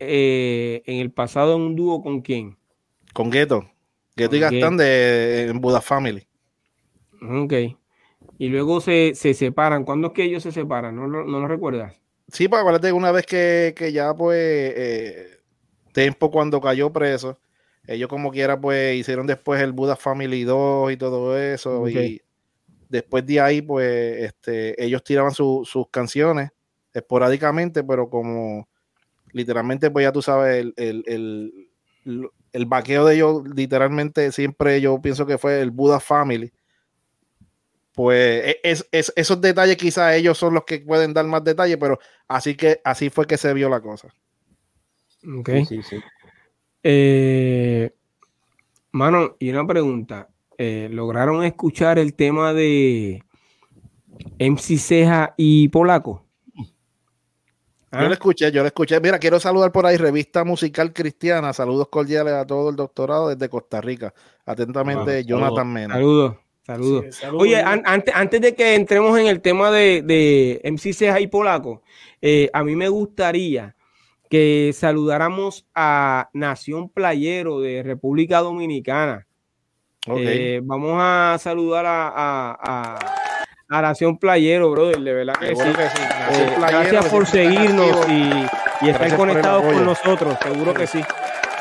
eh, en el pasado en un dúo ¿con quién? Con Gueto. Gueto y Gastán de en Buda Family. Ok. Y luego se, se separan. ¿Cuándo es que ellos se separan? ¿No, no, no lo recuerdas? Sí, pues acuérdate que una vez que, que ya pues eh, Tempo cuando cayó preso, ellos como quiera pues hicieron después el Buda Family dos y todo eso. Okay. Y después de ahí pues este, ellos tiraban su, sus canciones esporádicamente, pero como literalmente pues ya tú sabes el, el, el, el vaqueo de ellos literalmente siempre yo pienso que fue el Buda Family. Pues es, es, esos detalles quizás ellos son los que pueden dar más detalles, pero así que así fue que se vio la cosa. Ok. Sí, sí, sí. Eh, mano, y una pregunta. Eh, ¿Lograron escuchar el tema de M C Ceja y Polaco? ¿Ah? Yo lo escuché, yo lo escuché. Mira, quiero saludar por ahí, Revista Musical Cristiana. Saludos cordiales a todo el doctorado desde Costa Rica. Atentamente, wow, Jonathan saludo. Mena. Saludos. Saludos. Sí, saludos. Oye, an antes, antes de que entremos en el tema de, de M C Ceja y Polaco, eh, a mí me gustaría que saludáramos a Nación Playero de República Dominicana. Okay. Eh, vamos a saludar a, a, a, a Nación Playero, brother, de verdad que sí. Que sí. Eh, Playero, gracias por seguirnos y, y estar conectados con nosotros, seguro que sí.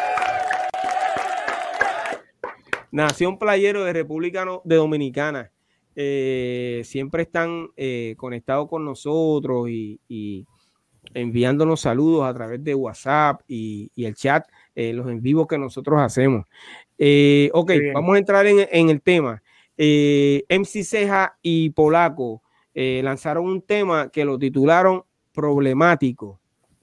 Nación Playero de República de Dominicana. Eh, siempre están eh, conectados con nosotros y, y enviándonos saludos a través de WhatsApp y, y el chat, eh, los en vivos que nosotros hacemos. Eh, ok, vamos a entrar en, en el tema. Eh, M C Ceja y Polaco eh, lanzaron un tema que lo titularon Problemático.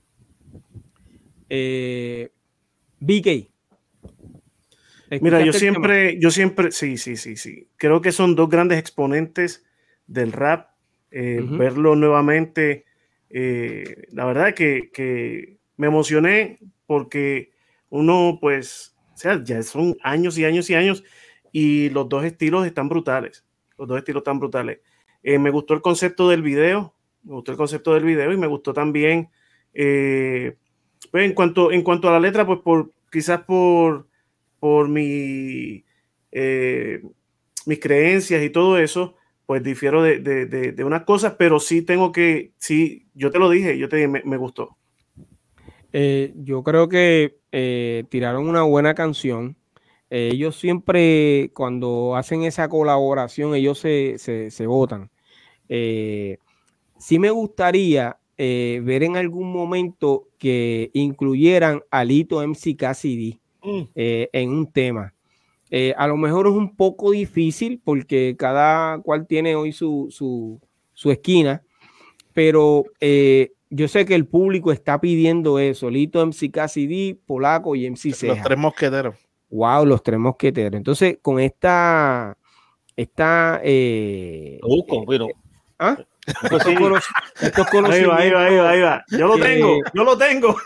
Eh, B K. Mira, yo siempre, tema? yo siempre, sí, sí, sí, sí. Creo que son dos grandes exponentes del rap. Eh, uh-huh. Verlo nuevamente, eh, la verdad que, que me emocioné porque uno, pues, o sea, ya son años y años y años y los dos estilos están brutales. Los dos estilos están brutales. Eh, me gustó el concepto del video, me gustó el concepto del video y me gustó también, eh, pues, en cuanto, en cuanto a la letra, pues, por quizás por por mi, eh, mis creencias y todo eso, pues difiero de, de, de, de unas cosas, pero sí tengo que, sí, yo te lo dije, yo te dije, me, me gustó. Eh, yo creo que eh, tiraron una buena canción. Eh, ellos siempre, cuando hacen esa colaboración, ellos se, se, se votan. Eh, sí me gustaría eh, ver en algún momento que incluyeran a Lito M C Cassidy mm. eh, en un tema. Eh, a lo mejor es un poco difícil porque cada cual tiene hoy su, su, su esquina, pero eh, yo sé que el público está pidiendo eso. Lito, M C Cassidy, Polaco y M C Ceja. Los tres mosqueteros. Wow, los tres mosqueteros. Entonces, con esta... esta eh, lo busco, pero... ¿ah? Estos sí. cono estos ahí va, ahí va, ahí va, ahí va. Yo lo que, tengo, yo lo tengo.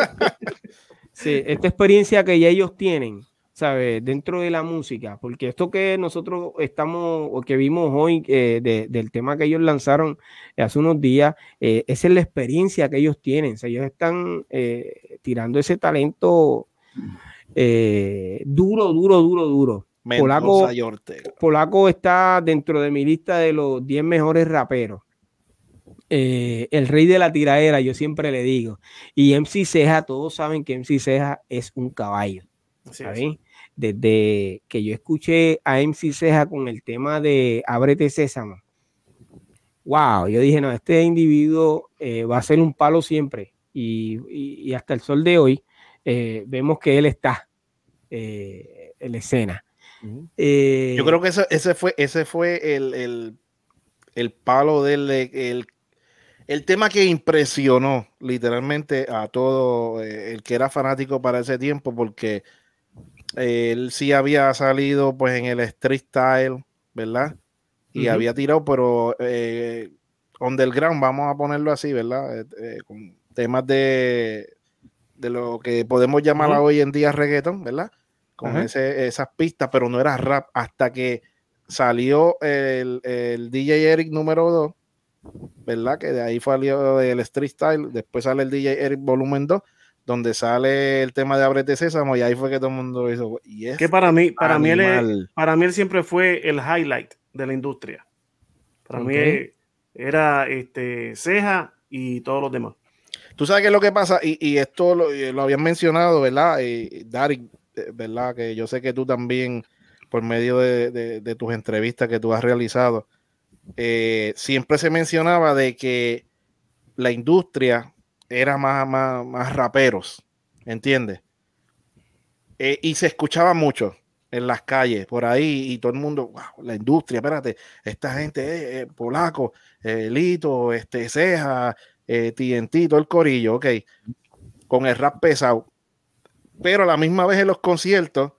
Sí, esta experiencia que ya ellos tienen, ¿sabes? Dentro de la música, porque esto que nosotros estamos, o que vimos hoy, eh, de, del tema que ellos lanzaron hace unos días, eh, esa es la experiencia que ellos tienen. O sea, ellos están eh, tirando ese talento eh, duro, duro, duro, duro. Polaco, Polaco está dentro de mi lista de los diez mejores raperos. Eh, el rey de la tiraera, yo siempre le digo. Y M C Ceja, todos saben que M C Ceja es un caballo. ¿Sabes? Desde que yo escuché a M C Ceja con el tema de Ábrete Sésamo, wow, yo dije, no, este individuo eh, va a ser un palo siempre. Y, y, y hasta el sol de hoy eh, vemos que él está eh, en la escena. Uh-huh. eh, yo creo que ese, ese fue, ese fue el, el, el palo del el, el tema que impresionó literalmente a todo eh, el que era fanático para ese tiempo, porque eh, él sí había salido pues en el street style, ¿verdad? Y uh-huh. había tirado, pero eh, underground, vamos a ponerlo así, ¿verdad? Eh, eh, con temas de, de lo que podemos llamar uh-huh. hoy en día reggaeton, ¿verdad? Con uh-huh. ese, esas pistas, pero no era rap, hasta que salió el, el D J Eric número dos, ¿verdad? Que de ahí salió el Street Style, después sale el D J Eric volumen dos, donde sale el tema de Ábrete Sésamo, y ahí fue que todo el mundo hizo. Y es que para mí, para mí, él, para mí él siempre fue el highlight de la industria. Para okay. mí era este, Ceja y todos los demás. Tú sabes qué es lo que pasa, y, y esto lo, lo habían mencionado, ¿verdad? Y Dari, ¿verdad? Que yo sé que tú también, por medio de, de, de tus entrevistas que tú has realizado, eh, siempre se mencionaba de que la industria era más, más, más raperos, ¿entiendes? Eh, y se escuchaba mucho en las calles, por ahí, y todo el mundo, wow, la industria, espérate, esta gente, eh, eh, Polaco, eh, Lito, este, Ceja, eh, T N T, todo el corillo, ok, con el rap pesado. Pero a la misma vez en los conciertos,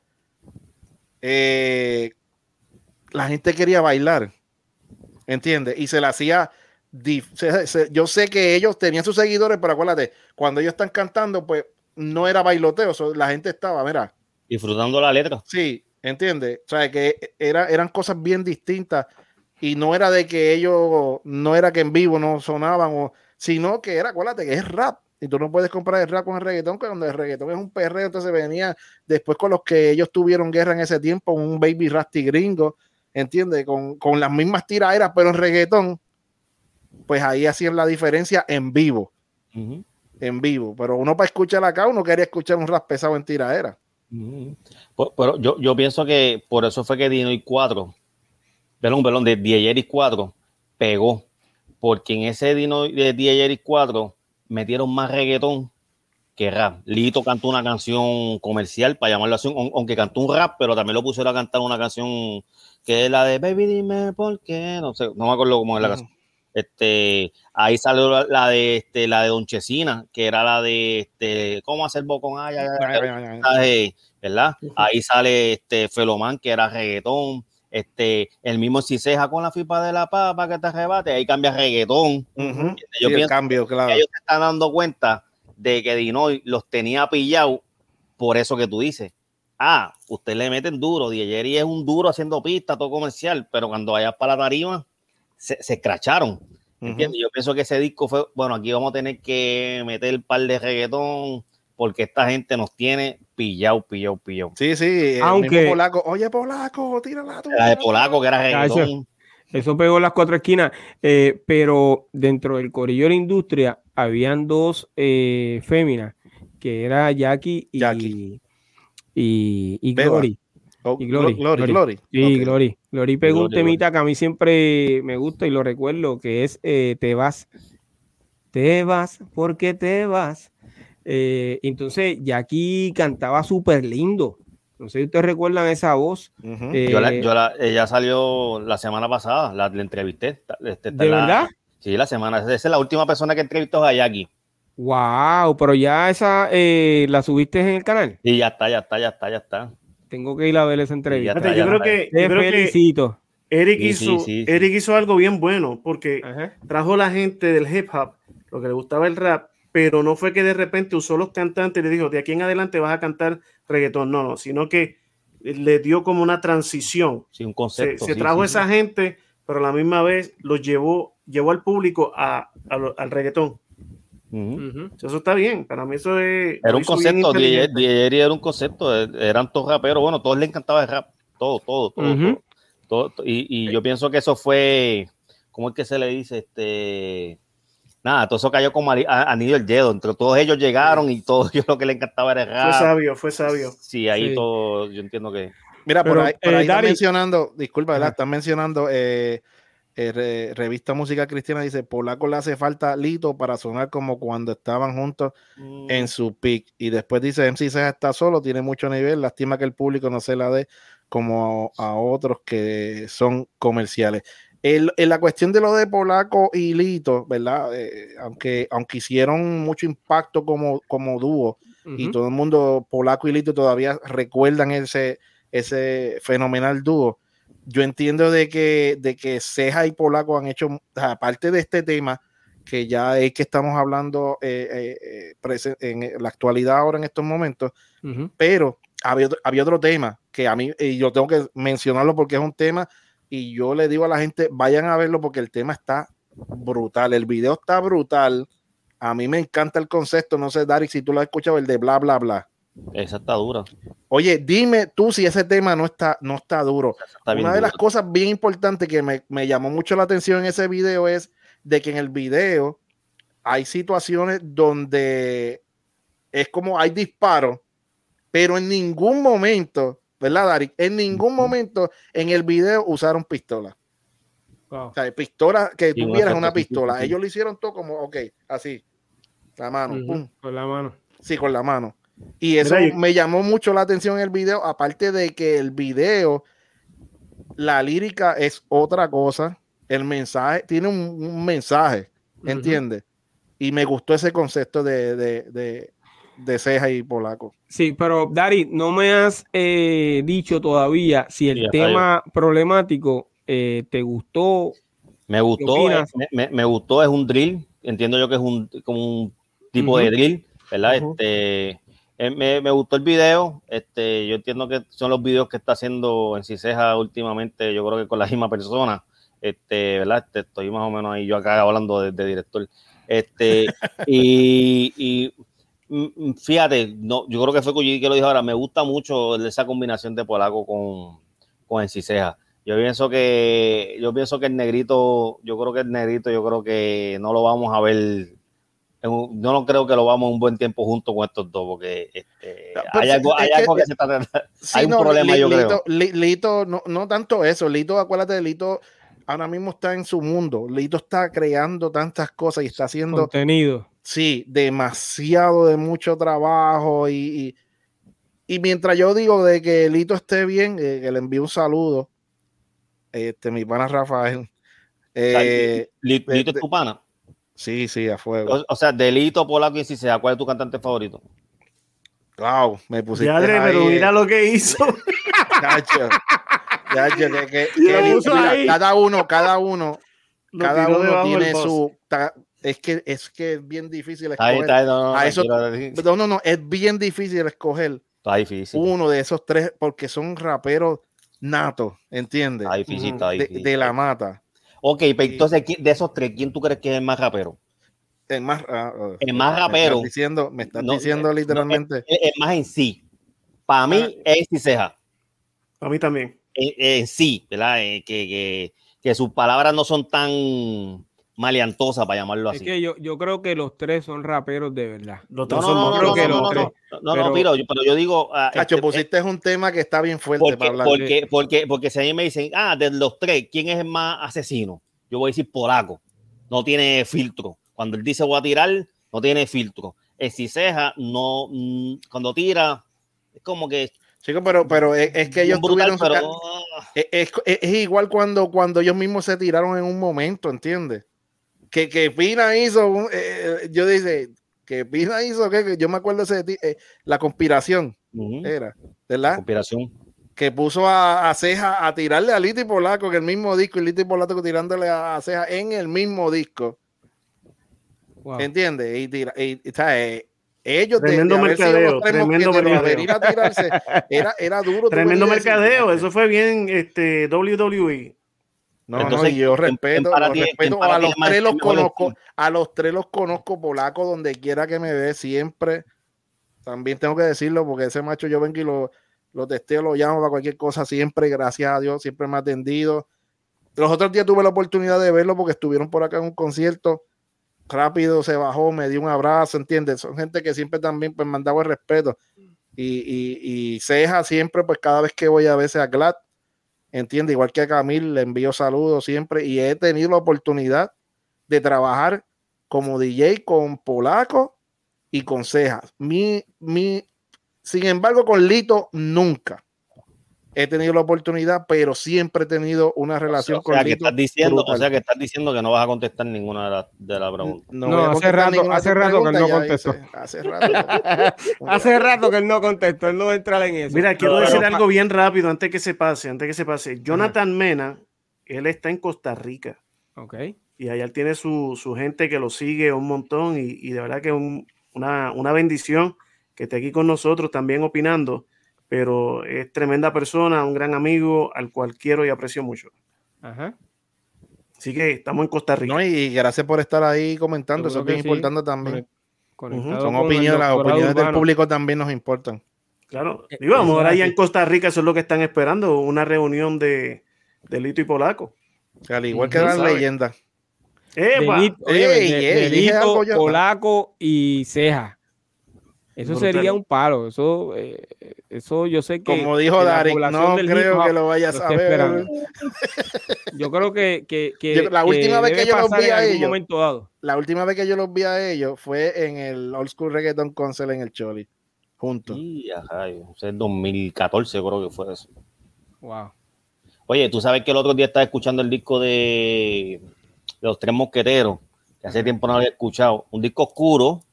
eh, la gente quería bailar, ¿entiendes? Y se le hacía, se, se, yo sé que ellos tenían sus seguidores, pero acuérdate, cuando ellos están cantando, pues no era bailoteo, so, la gente estaba, mira, disfrutando la letra. Sí, ¿entiendes? O sea, que era, eran cosas bien distintas, y no era de que ellos, no era que en vivo no sonaban, o, sino que era, acuérdate, que es rap. Y tú no puedes comprar el rap con el reggaetón, que cuando el reggaetón es un perreo, entonces venía después con los que ellos tuvieron guerra en ese tiempo, un Baby Rasty gringo, ¿entiendes? Con, con las mismas tiraderas, pero en reggaetón, pues ahí hacían la diferencia en vivo. Uh-huh. En vivo. Pero uno para escuchar acá, uno quería escuchar un rap pesado en tiradera. Uh-huh. Pero, pero yo, yo pienso que por eso fue que Dinoy cuatro, perdón, perdón, de D J Eric cuatro pegó, porque en ese Dinoy de D J Eric cuatro metieron más reggaetón que rap. Lito cantó una canción comercial, para llamarlo así, aunque cantó un rap, pero también lo pusieron a cantar una canción que es la de Baby, dime por qué, no sé, no me acuerdo cómo es la uh-huh. canción. Este, ahí salió la, la de este, la de Don Chesina, que era la de este, cómo hacer bocón, ay, ay, ay, ay, ¿verdad? Uh-huh. Ahí sale este Feloman, que era reggaetón. Este, el mismo Ciseja con la fipa de la papa que te arrebate, ahí cambia reggaetón. Uh-huh. Yo sí, pienso cambio, claro. que ellos se están dando cuenta de que Dinoy los tenía pillados por eso que tú dices. Ah, ustedes le meten duro, D J Jerry es un duro haciendo pistas, todo comercial, pero cuando vayas para la tarima, se, se escracharon. ¿Entiendes? Uh-huh. Yo pienso que ese disco fue, bueno, aquí vamos a tener que meter un par de reggaetón, porque esta gente nos tiene pillado, pillado, pillado. Sí, sí. Aunque Polaco, oye, Polaco, tírala tú. La de Polaco, que era reggaetón. Eso pegó en las cuatro esquinas, eh, pero dentro del corillo de la industria habían dos eh, féminas, que era Jackie y, Jackie. y, y Beba. Glory. Oh, Y Glory, Glory, Glory. Glory. Sí, Okay. Glory. Glory pegó Glory, un temita Glory. que a mí siempre me gusta y lo recuerdo, que es eh, Te vas. Te vas, porque te vas. Eh, entonces, Jackie cantaba súper lindo. No sé si ustedes recuerdan esa voz. Uh-huh. Eh, Yo la, yo la, ella salió la semana pasada, la, la entrevisté. Este, ¿De la, verdad? Sí, la semana. Esa es la última persona que entrevistó a Jackie. Wow, pero ya esa eh, la subiste en el canal. Y ya está, ya está, ya está, ya está. Tengo que ir a ver esa Sí, ya entrevista. está, Yo ya creo está. que, Te yo creo que felicito. Eric, Sí, hizo, sí, sí, sí. Eric hizo algo bien bueno porque Ajá. trajo a la gente del hip hop, lo que le gustaba el rap, pero no fue que de repente usó los cantantes y le dijo, de aquí en adelante vas a cantar reggaetón, no, no, sino que le dio como una transición. Sí, un Se, concepto. se sí, trajo sí, a esa sí. gente, pero a la misma vez los llevó, llevó al público a, a lo- al reggaetón. Uh-huh. Uh-huh. Eso está bien, para mí eso es... Era lo un hizo bien concepto, D J inteligente. era un concepto, eh, eran todos raperos, bueno, todos les encantaba el rap, todo, todo, todo, Uh-huh. todo, todo, y, y yo pienso que eso fue, ¿cómo es que se le dice? Este, nada, todo eso cayó como a- a- anillo el dedo, entre todos ellos llegaron y todos yo lo que les encantaba era el Fue rap. sabio, fue sabio. Sí, ahí Sí. todo, yo entiendo que... Mira, por Pero, ahí, por eh, ahí están Dari- mencionando, disculpa, ¿verdad? Ajá. Están mencionando eh, eh, re- revista Música Cristiana, dice, Polaco le hace falta Lito para sonar como cuando estaban juntos en su peak. Y después dice, M C Ceja está solo, tiene mucho nivel, lástima que el público no se la dé como a, a otros que son comerciales. El, en la cuestión de lo de Polaco y Lito, ¿verdad? Eh, aunque, aunque hicieron mucho impacto como, como dúo, Uh-huh. y todo el mundo, Polaco y Lito, todavía recuerdan ese, ese fenomenal dúo. Yo entiendo de que, de que Ceja y Polaco han hecho, aparte de este tema, que ya es que estamos hablando eh, eh, presen- en la actualidad ahora en estos momentos, Uh-huh. pero había otro, había otro tema que a mí, y yo tengo que mencionarlo porque es un tema, y yo le digo a la gente, vayan a verlo porque el tema está brutal, el video está brutal. A mí me encanta el concepto, no sé, Dari, si tú lo has escuchado, el de bla, bla, bla. Esa está dura. Oye, dime tú si ese tema no está, no está duro. Está bien Una de dura. las cosas bien importantes que me, me llamó mucho la atención en ese video es de que en el video hay situaciones donde es como hay disparos, pero en ningún momento, ¿verdad, Dari? En ningún momento en el video usaron pistola. Wow. O sea, pistola, que Sí, tú un vieras efecto, una sí, sí, pistola. sí, sí. Ellos lo hicieron todo como, ok, así. La mano, Uh-huh. pum. Con la mano. Sí, con la mano. Y eso Mira, yo- me llamó mucho la atención en el video, aparte de que el video, la lírica es otra cosa, el mensaje, tiene un, un mensaje, ¿entiendes? Y me gustó ese concepto de, de, de, de Ceja y Polaco. Sí, pero Dari, no me has eh, dicho todavía si el Sí, ya tema problemático eh, te gustó. Me ¿Qué gustó, eh, opinas? me, me, me gustó, es un drill, entiendo yo que es un como un tipo Ujú. de drill, ¿verdad? Ujú. Este, eh, me, me gustó el video, este, yo entiendo que son los videos que está haciendo en Ciceja últimamente, yo creo que con la misma persona, este, ¿verdad? Este, estoy más o menos ahí yo acá hablando de, de director, este, y, y mm, fíjate, no, yo creo que fue Cuyi que lo dijo ahora, me gusta mucho esa combinación de Polaco con, con Enciseja. Yo pienso que yo pienso que el negrito, yo creo que el negrito, yo creo que no lo vamos a ver, en un, yo no creo que lo vamos un buen tiempo juntos con estos dos, porque este, Pero hay algo, hay es algo que, que- se está tratando, Sí, hay un no, problema, Li- yo creo. Lito, Li- Lito, no, no tanto eso, Lito, acuérdate, Lito ahora mismo está en su mundo, Lito está creando tantas cosas y está haciendo, Contenido. sí, demasiado de mucho trabajo y, y, y mientras yo digo de que Lito esté bien, eh, que le envío un saludo, este, mi pana Rafael. Eh, O sea, Lito de- es de- tu pana. sí, sí, a fuego. O, o sea, de Lito, Polaco y Ciceja, ¿cuál es tu cantante favorito? Wow, me pusiste Yadre, ahí, pero mira eh, lo que hizo. Chacho, chacho, que, que- Y lo que- puso mira, ahí. cada uno, cada uno, Lo cada tiró uno debajo del tiene bus. su, ta- es que es que es bien difícil Está ahí, escoger. está ahí, no, no, A eso- tranquilo, No, no, no, es bien difícil escoger está difícil, uno de esos tres porque son raperos natos, ¿entiendes? está difícil, Ujú. está De, difícil. de la mata. Ok, pero Y- entonces, ¿quién- de esos tres, ¿quién tú crees que es el más rapero? El más, ah, ah, El más me rapero. estás diciendo, me estás No, diciendo no, literalmente. es, es más en sí. Para mí Ah. es Ciceja. A mí también. En, en sí, ¿verdad? Eh, que, que, que sus palabras no son tan maleantosas, para llamarlo así. Es que yo, yo creo que los tres son raperos de verdad. Los No, tres no, son no, no, creo no, que no, los no, tres. no, no, Pero- no, pero, pero yo digo, ah, Cacho, este, pusiste un tema que está bien fuerte porque, para hablar. porque, porque, porque si a mí me dicen, ah, de los tres, ¿quién es el más asesino? Yo voy a decir Polaco. No tiene filtro. Cuando él dice voy a tirar, no tiene filtro. El Ciseja, no, mm, cuando tira, es como que Chicos, pero, pero es, es que ellos brutal, tuvieron su pero ca- es, es, es igual cuando, cuando ellos mismos se tiraron en un momento, ¿entiendes? Que, que Pina hizo, un, eh, yo dice, que Pina hizo, que, que yo me acuerdo ese, ti- eh, la conspiración, uh-huh. era, ¿verdad? Conspiración. Que puso a, a Ceja a tirarle a Lito y Polaco en el mismo disco, y Lito y Polaco tirándole a, a Ceja en el mismo disco, Wow. ¿entiendes? Y, tira, y, y ¿sabes? Ellos Tremendo de, de haber sido mercadeo, los tres tremendo mosqueteros, a mercadeo. venir a tirarse, era, era duro. Tremendo tú venir a decir, mercadeo, eso fue bien este, W W E. No, Entonces, no, y yo ¿quién- quién respeto, para los ti- respeto quién para a ti los es más tres los mejor conozco, estilo? a los tres los conozco Polaco donde quiera que me ve siempre. También tengo que decirlo porque ese macho yo vengo y lo, lo testeo, lo llamo para cualquier cosa siempre, gracias a Dios, siempre me ha atendido. Los otros días tuve la oportunidad de verlo porque estuvieron por acá en un concierto, rápido se bajó, me dio un abrazo, ¿entiendes? Son gente que siempre también pues me han dado el respeto. Y, y, y Ceja siempre, pues cada vez que voy a veces a Glad, entiende, igual que a Camil, le envío saludos siempre y he tenido la oportunidad de trabajar como D J con Polaco y con Cejas. Mi, mi, sin embargo, con Lito nunca he tenido la oportunidad, pero siempre he tenido una relación O sea, con que Lito. estás diciendo, brutal. o sea que estás diciendo que no vas a contestar ninguna de las de la preguntas. No, No, voy a hace contestar rato- ninguna de hace tus rato que él preguntas, no ya contestó. hice, hace rato. Hace rato que él no contestó, él no va a entrar en eso. Mira, quiero Pero- decir pero- algo bien rápido antes que se pase, antes que se pase. Jonathan Mena, él está en Costa Rica Ok. y allá él tiene su, su gente que lo sigue un montón y, y de verdad que es un- una, una bendición que esté aquí con nosotros también opinando, pero es tremenda persona, un gran amigo al cual quiero y aprecio mucho. Ajá. Así que estamos en Costa Rica. No, y gracias por estar ahí comentando, eso Seguro es bien que sí. importante también. Conectado Son con el opiniones, las doctorado opiniones del urbano. público también nos importan. Claro. Eh, Y vamos, eso ahora es ya así. en Costa Rica eso es lo que están esperando, una reunión de, de Lito y Polaco. Al igual que Ujú. las ¿Sabe? leyendas. ¡Epa! Delito, oye, Ey, de- ey, dije Delito, algo yo. Polaco y Ceja. Eso Brutal. sería un palo. Eso, eh, eso yo sé que. Como dijo que la Dari, población no del creo hip hop que lo vayas lo a está ver. esperando. Yo creo que, que, que- Yo- la que última vez debe que yo los pasar vi en a algún ellos, momento dado. La última vez que yo los vi a ellos fue en el Old School Reggaeton Concert en el Choli, juntos. Y ajá, ese es dos mil catorce creo que fue eso. Wow. Oye, tú sabes que el otro día estaba escuchando el disco de, de Los Tres Mosqueteros, que hace tiempo no lo había escuchado. Un disco oscuro,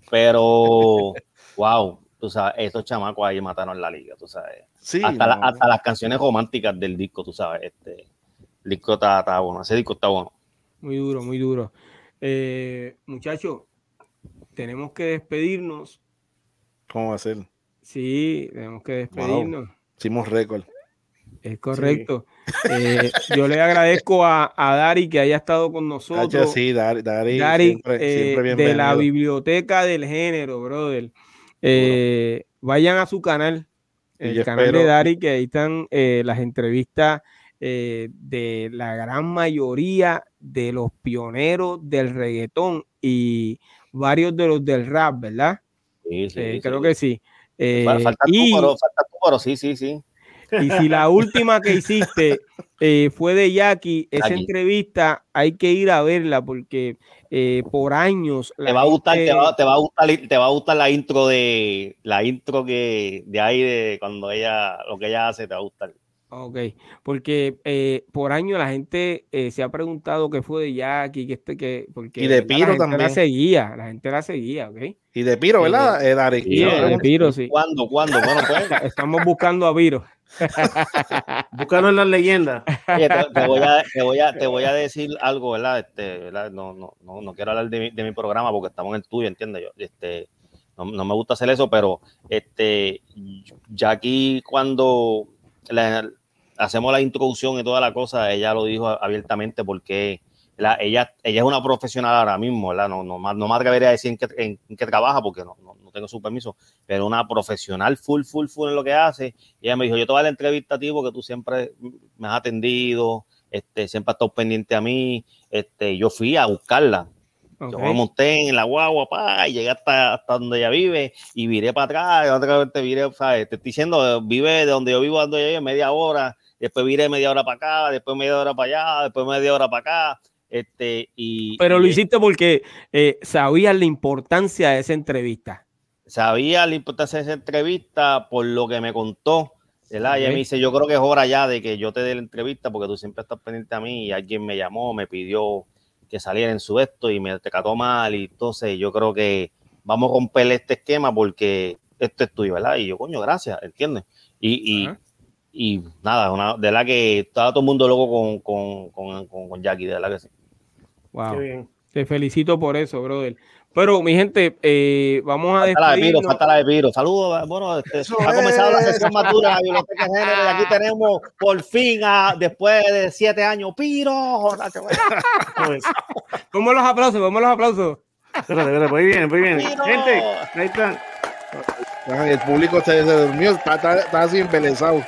pero wow, tú sabes, esos chamacos ahí mataron la liga, tú sabes. Sí, hasta, la- no. hasta las canciones románticas del disco, tú sabes. Este, el disco está, está bueno, ese disco está bueno. Muy duro, muy duro. Eh, muchachos, tenemos que despedirnos. ¿Cómo va a ser? Sí, tenemos que despedirnos. Hicimos récord. Es correcto. Eh, yo le agradezco a, a Dari que haya estado con nosotros. Hacha, sí, Dari, Dari, Dari, siempre, eh, siempre de bienvenido. la biblioteca del género, brother. Eh, vayan a su canal, Y el yo canal espero- de Dari, que ahí están eh, las entrevistas eh, de la gran mayoría de los pioneros del reggaetón y varios de los del rap, ¿verdad? Sí, sí, Eh, sí. creo que sí. Eh, Falta, falta y, tú, pero, falta tú, pero sí, sí, sí. y si la última que hiciste eh, fue de Jackie, esa Jackie. entrevista hay que ir a verla porque eh, por años la Te va a gustar, gente- te va, te va a gustar, te va a gustar la intro de la intro que de ahí de cuando ella lo que ella hace te va a gustar. Ok, porque eh, por años la gente eh, se ha preguntado qué fue de Jackie, que este, que, porque Y de ¿verdad? Piro la gente también. la seguía, la gente la seguía, ¿ok? Y de Piro, ¿verdad, eh, Dari? Sí, No, de Piro, sí. ¿Cuándo? ¿Cuándo? Bueno, pues. Estamos buscando a Piro. Búscalo en las leyendas. Oye, te, te voy a, te, voy a, te voy a decir algo, ¿verdad? Este, ¿verdad? No, no, no, no quiero hablar de mi, de mi programa porque estamos en el tuyo, ¿entiendes? Yo, este, no, no me gusta hacer eso, pero este, ya aquí cuando la- hacemos la introducción y toda la cosa, ella lo dijo abiertamente porque la, ella, ella es una profesional ahora mismo, ¿verdad? No, no, más- no me atrevería a decir en qué, en, en qué trabaja porque no, no, no tengo su permiso, pero una profesional full, full, full en lo que hace. Y ella me dijo, yo te voy a dar la entrevista a ti porque tú siempre me has atendido, este, siempre ha estado pendiente a mí. Este, yo fui a buscarla. Okay. Yo me monté en la guagua, pa, y llegué hasta, hasta donde ella vive y viré para atrás. Y otra vez te viré, ¿sabes? Te estoy diciendo, vive de donde yo vivo, donde yo vivo, media hora. Después viré media hora para acá, después media hora para allá, después media hora para acá. Este, y, Pero y, lo hiciste porque eh, sabías la importancia de esa entrevista. Sabía la importancia de esa entrevista por lo que me contó. ¿Verdad? Okay. Ella me dice, yo creo que es hora ya de que yo te dé la entrevista porque tú siempre estás pendiente a mí y alguien me llamó, me pidió que saliera en su esto y me trató mal y entonces yo creo que vamos a romper este esquema porque esto es tuyo, ¿verdad? Y yo, coño, gracias, ¿entiendes? Y, uh-huh. y, y nada, una, de verdad que estaba todo el mundo loco con, con, con, con, con Jackie, de verdad que sí. Wow, qué bien. Te felicito por eso, brother. Pero, mi gente, eh, vamos a despedirnos. Falta la de Piro, falta la de Piro. Saludos. Bueno, este, ha comenzado la sesión madura de la Biblioteca Género y aquí tenemos por fin, a, después de siete años, Piro. ¿Cómo los aplausos? ¿Cómo los aplausos? Espérate, espérate, muy bien, muy bien. Piro. Gente, ahí están. El público se, se durmió, está, está, está así embelesado.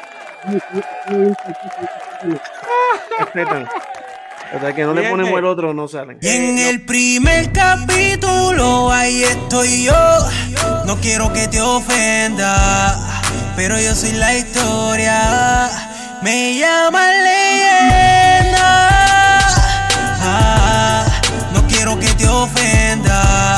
Respetan. Hasta que no le ponemos el otro, no salen. Y en el primer capítulo, ahí estoy yo. No quiero que te ofenda, pero yo soy la historia. Me llaman leyenda. Ah, no quiero que te ofenda,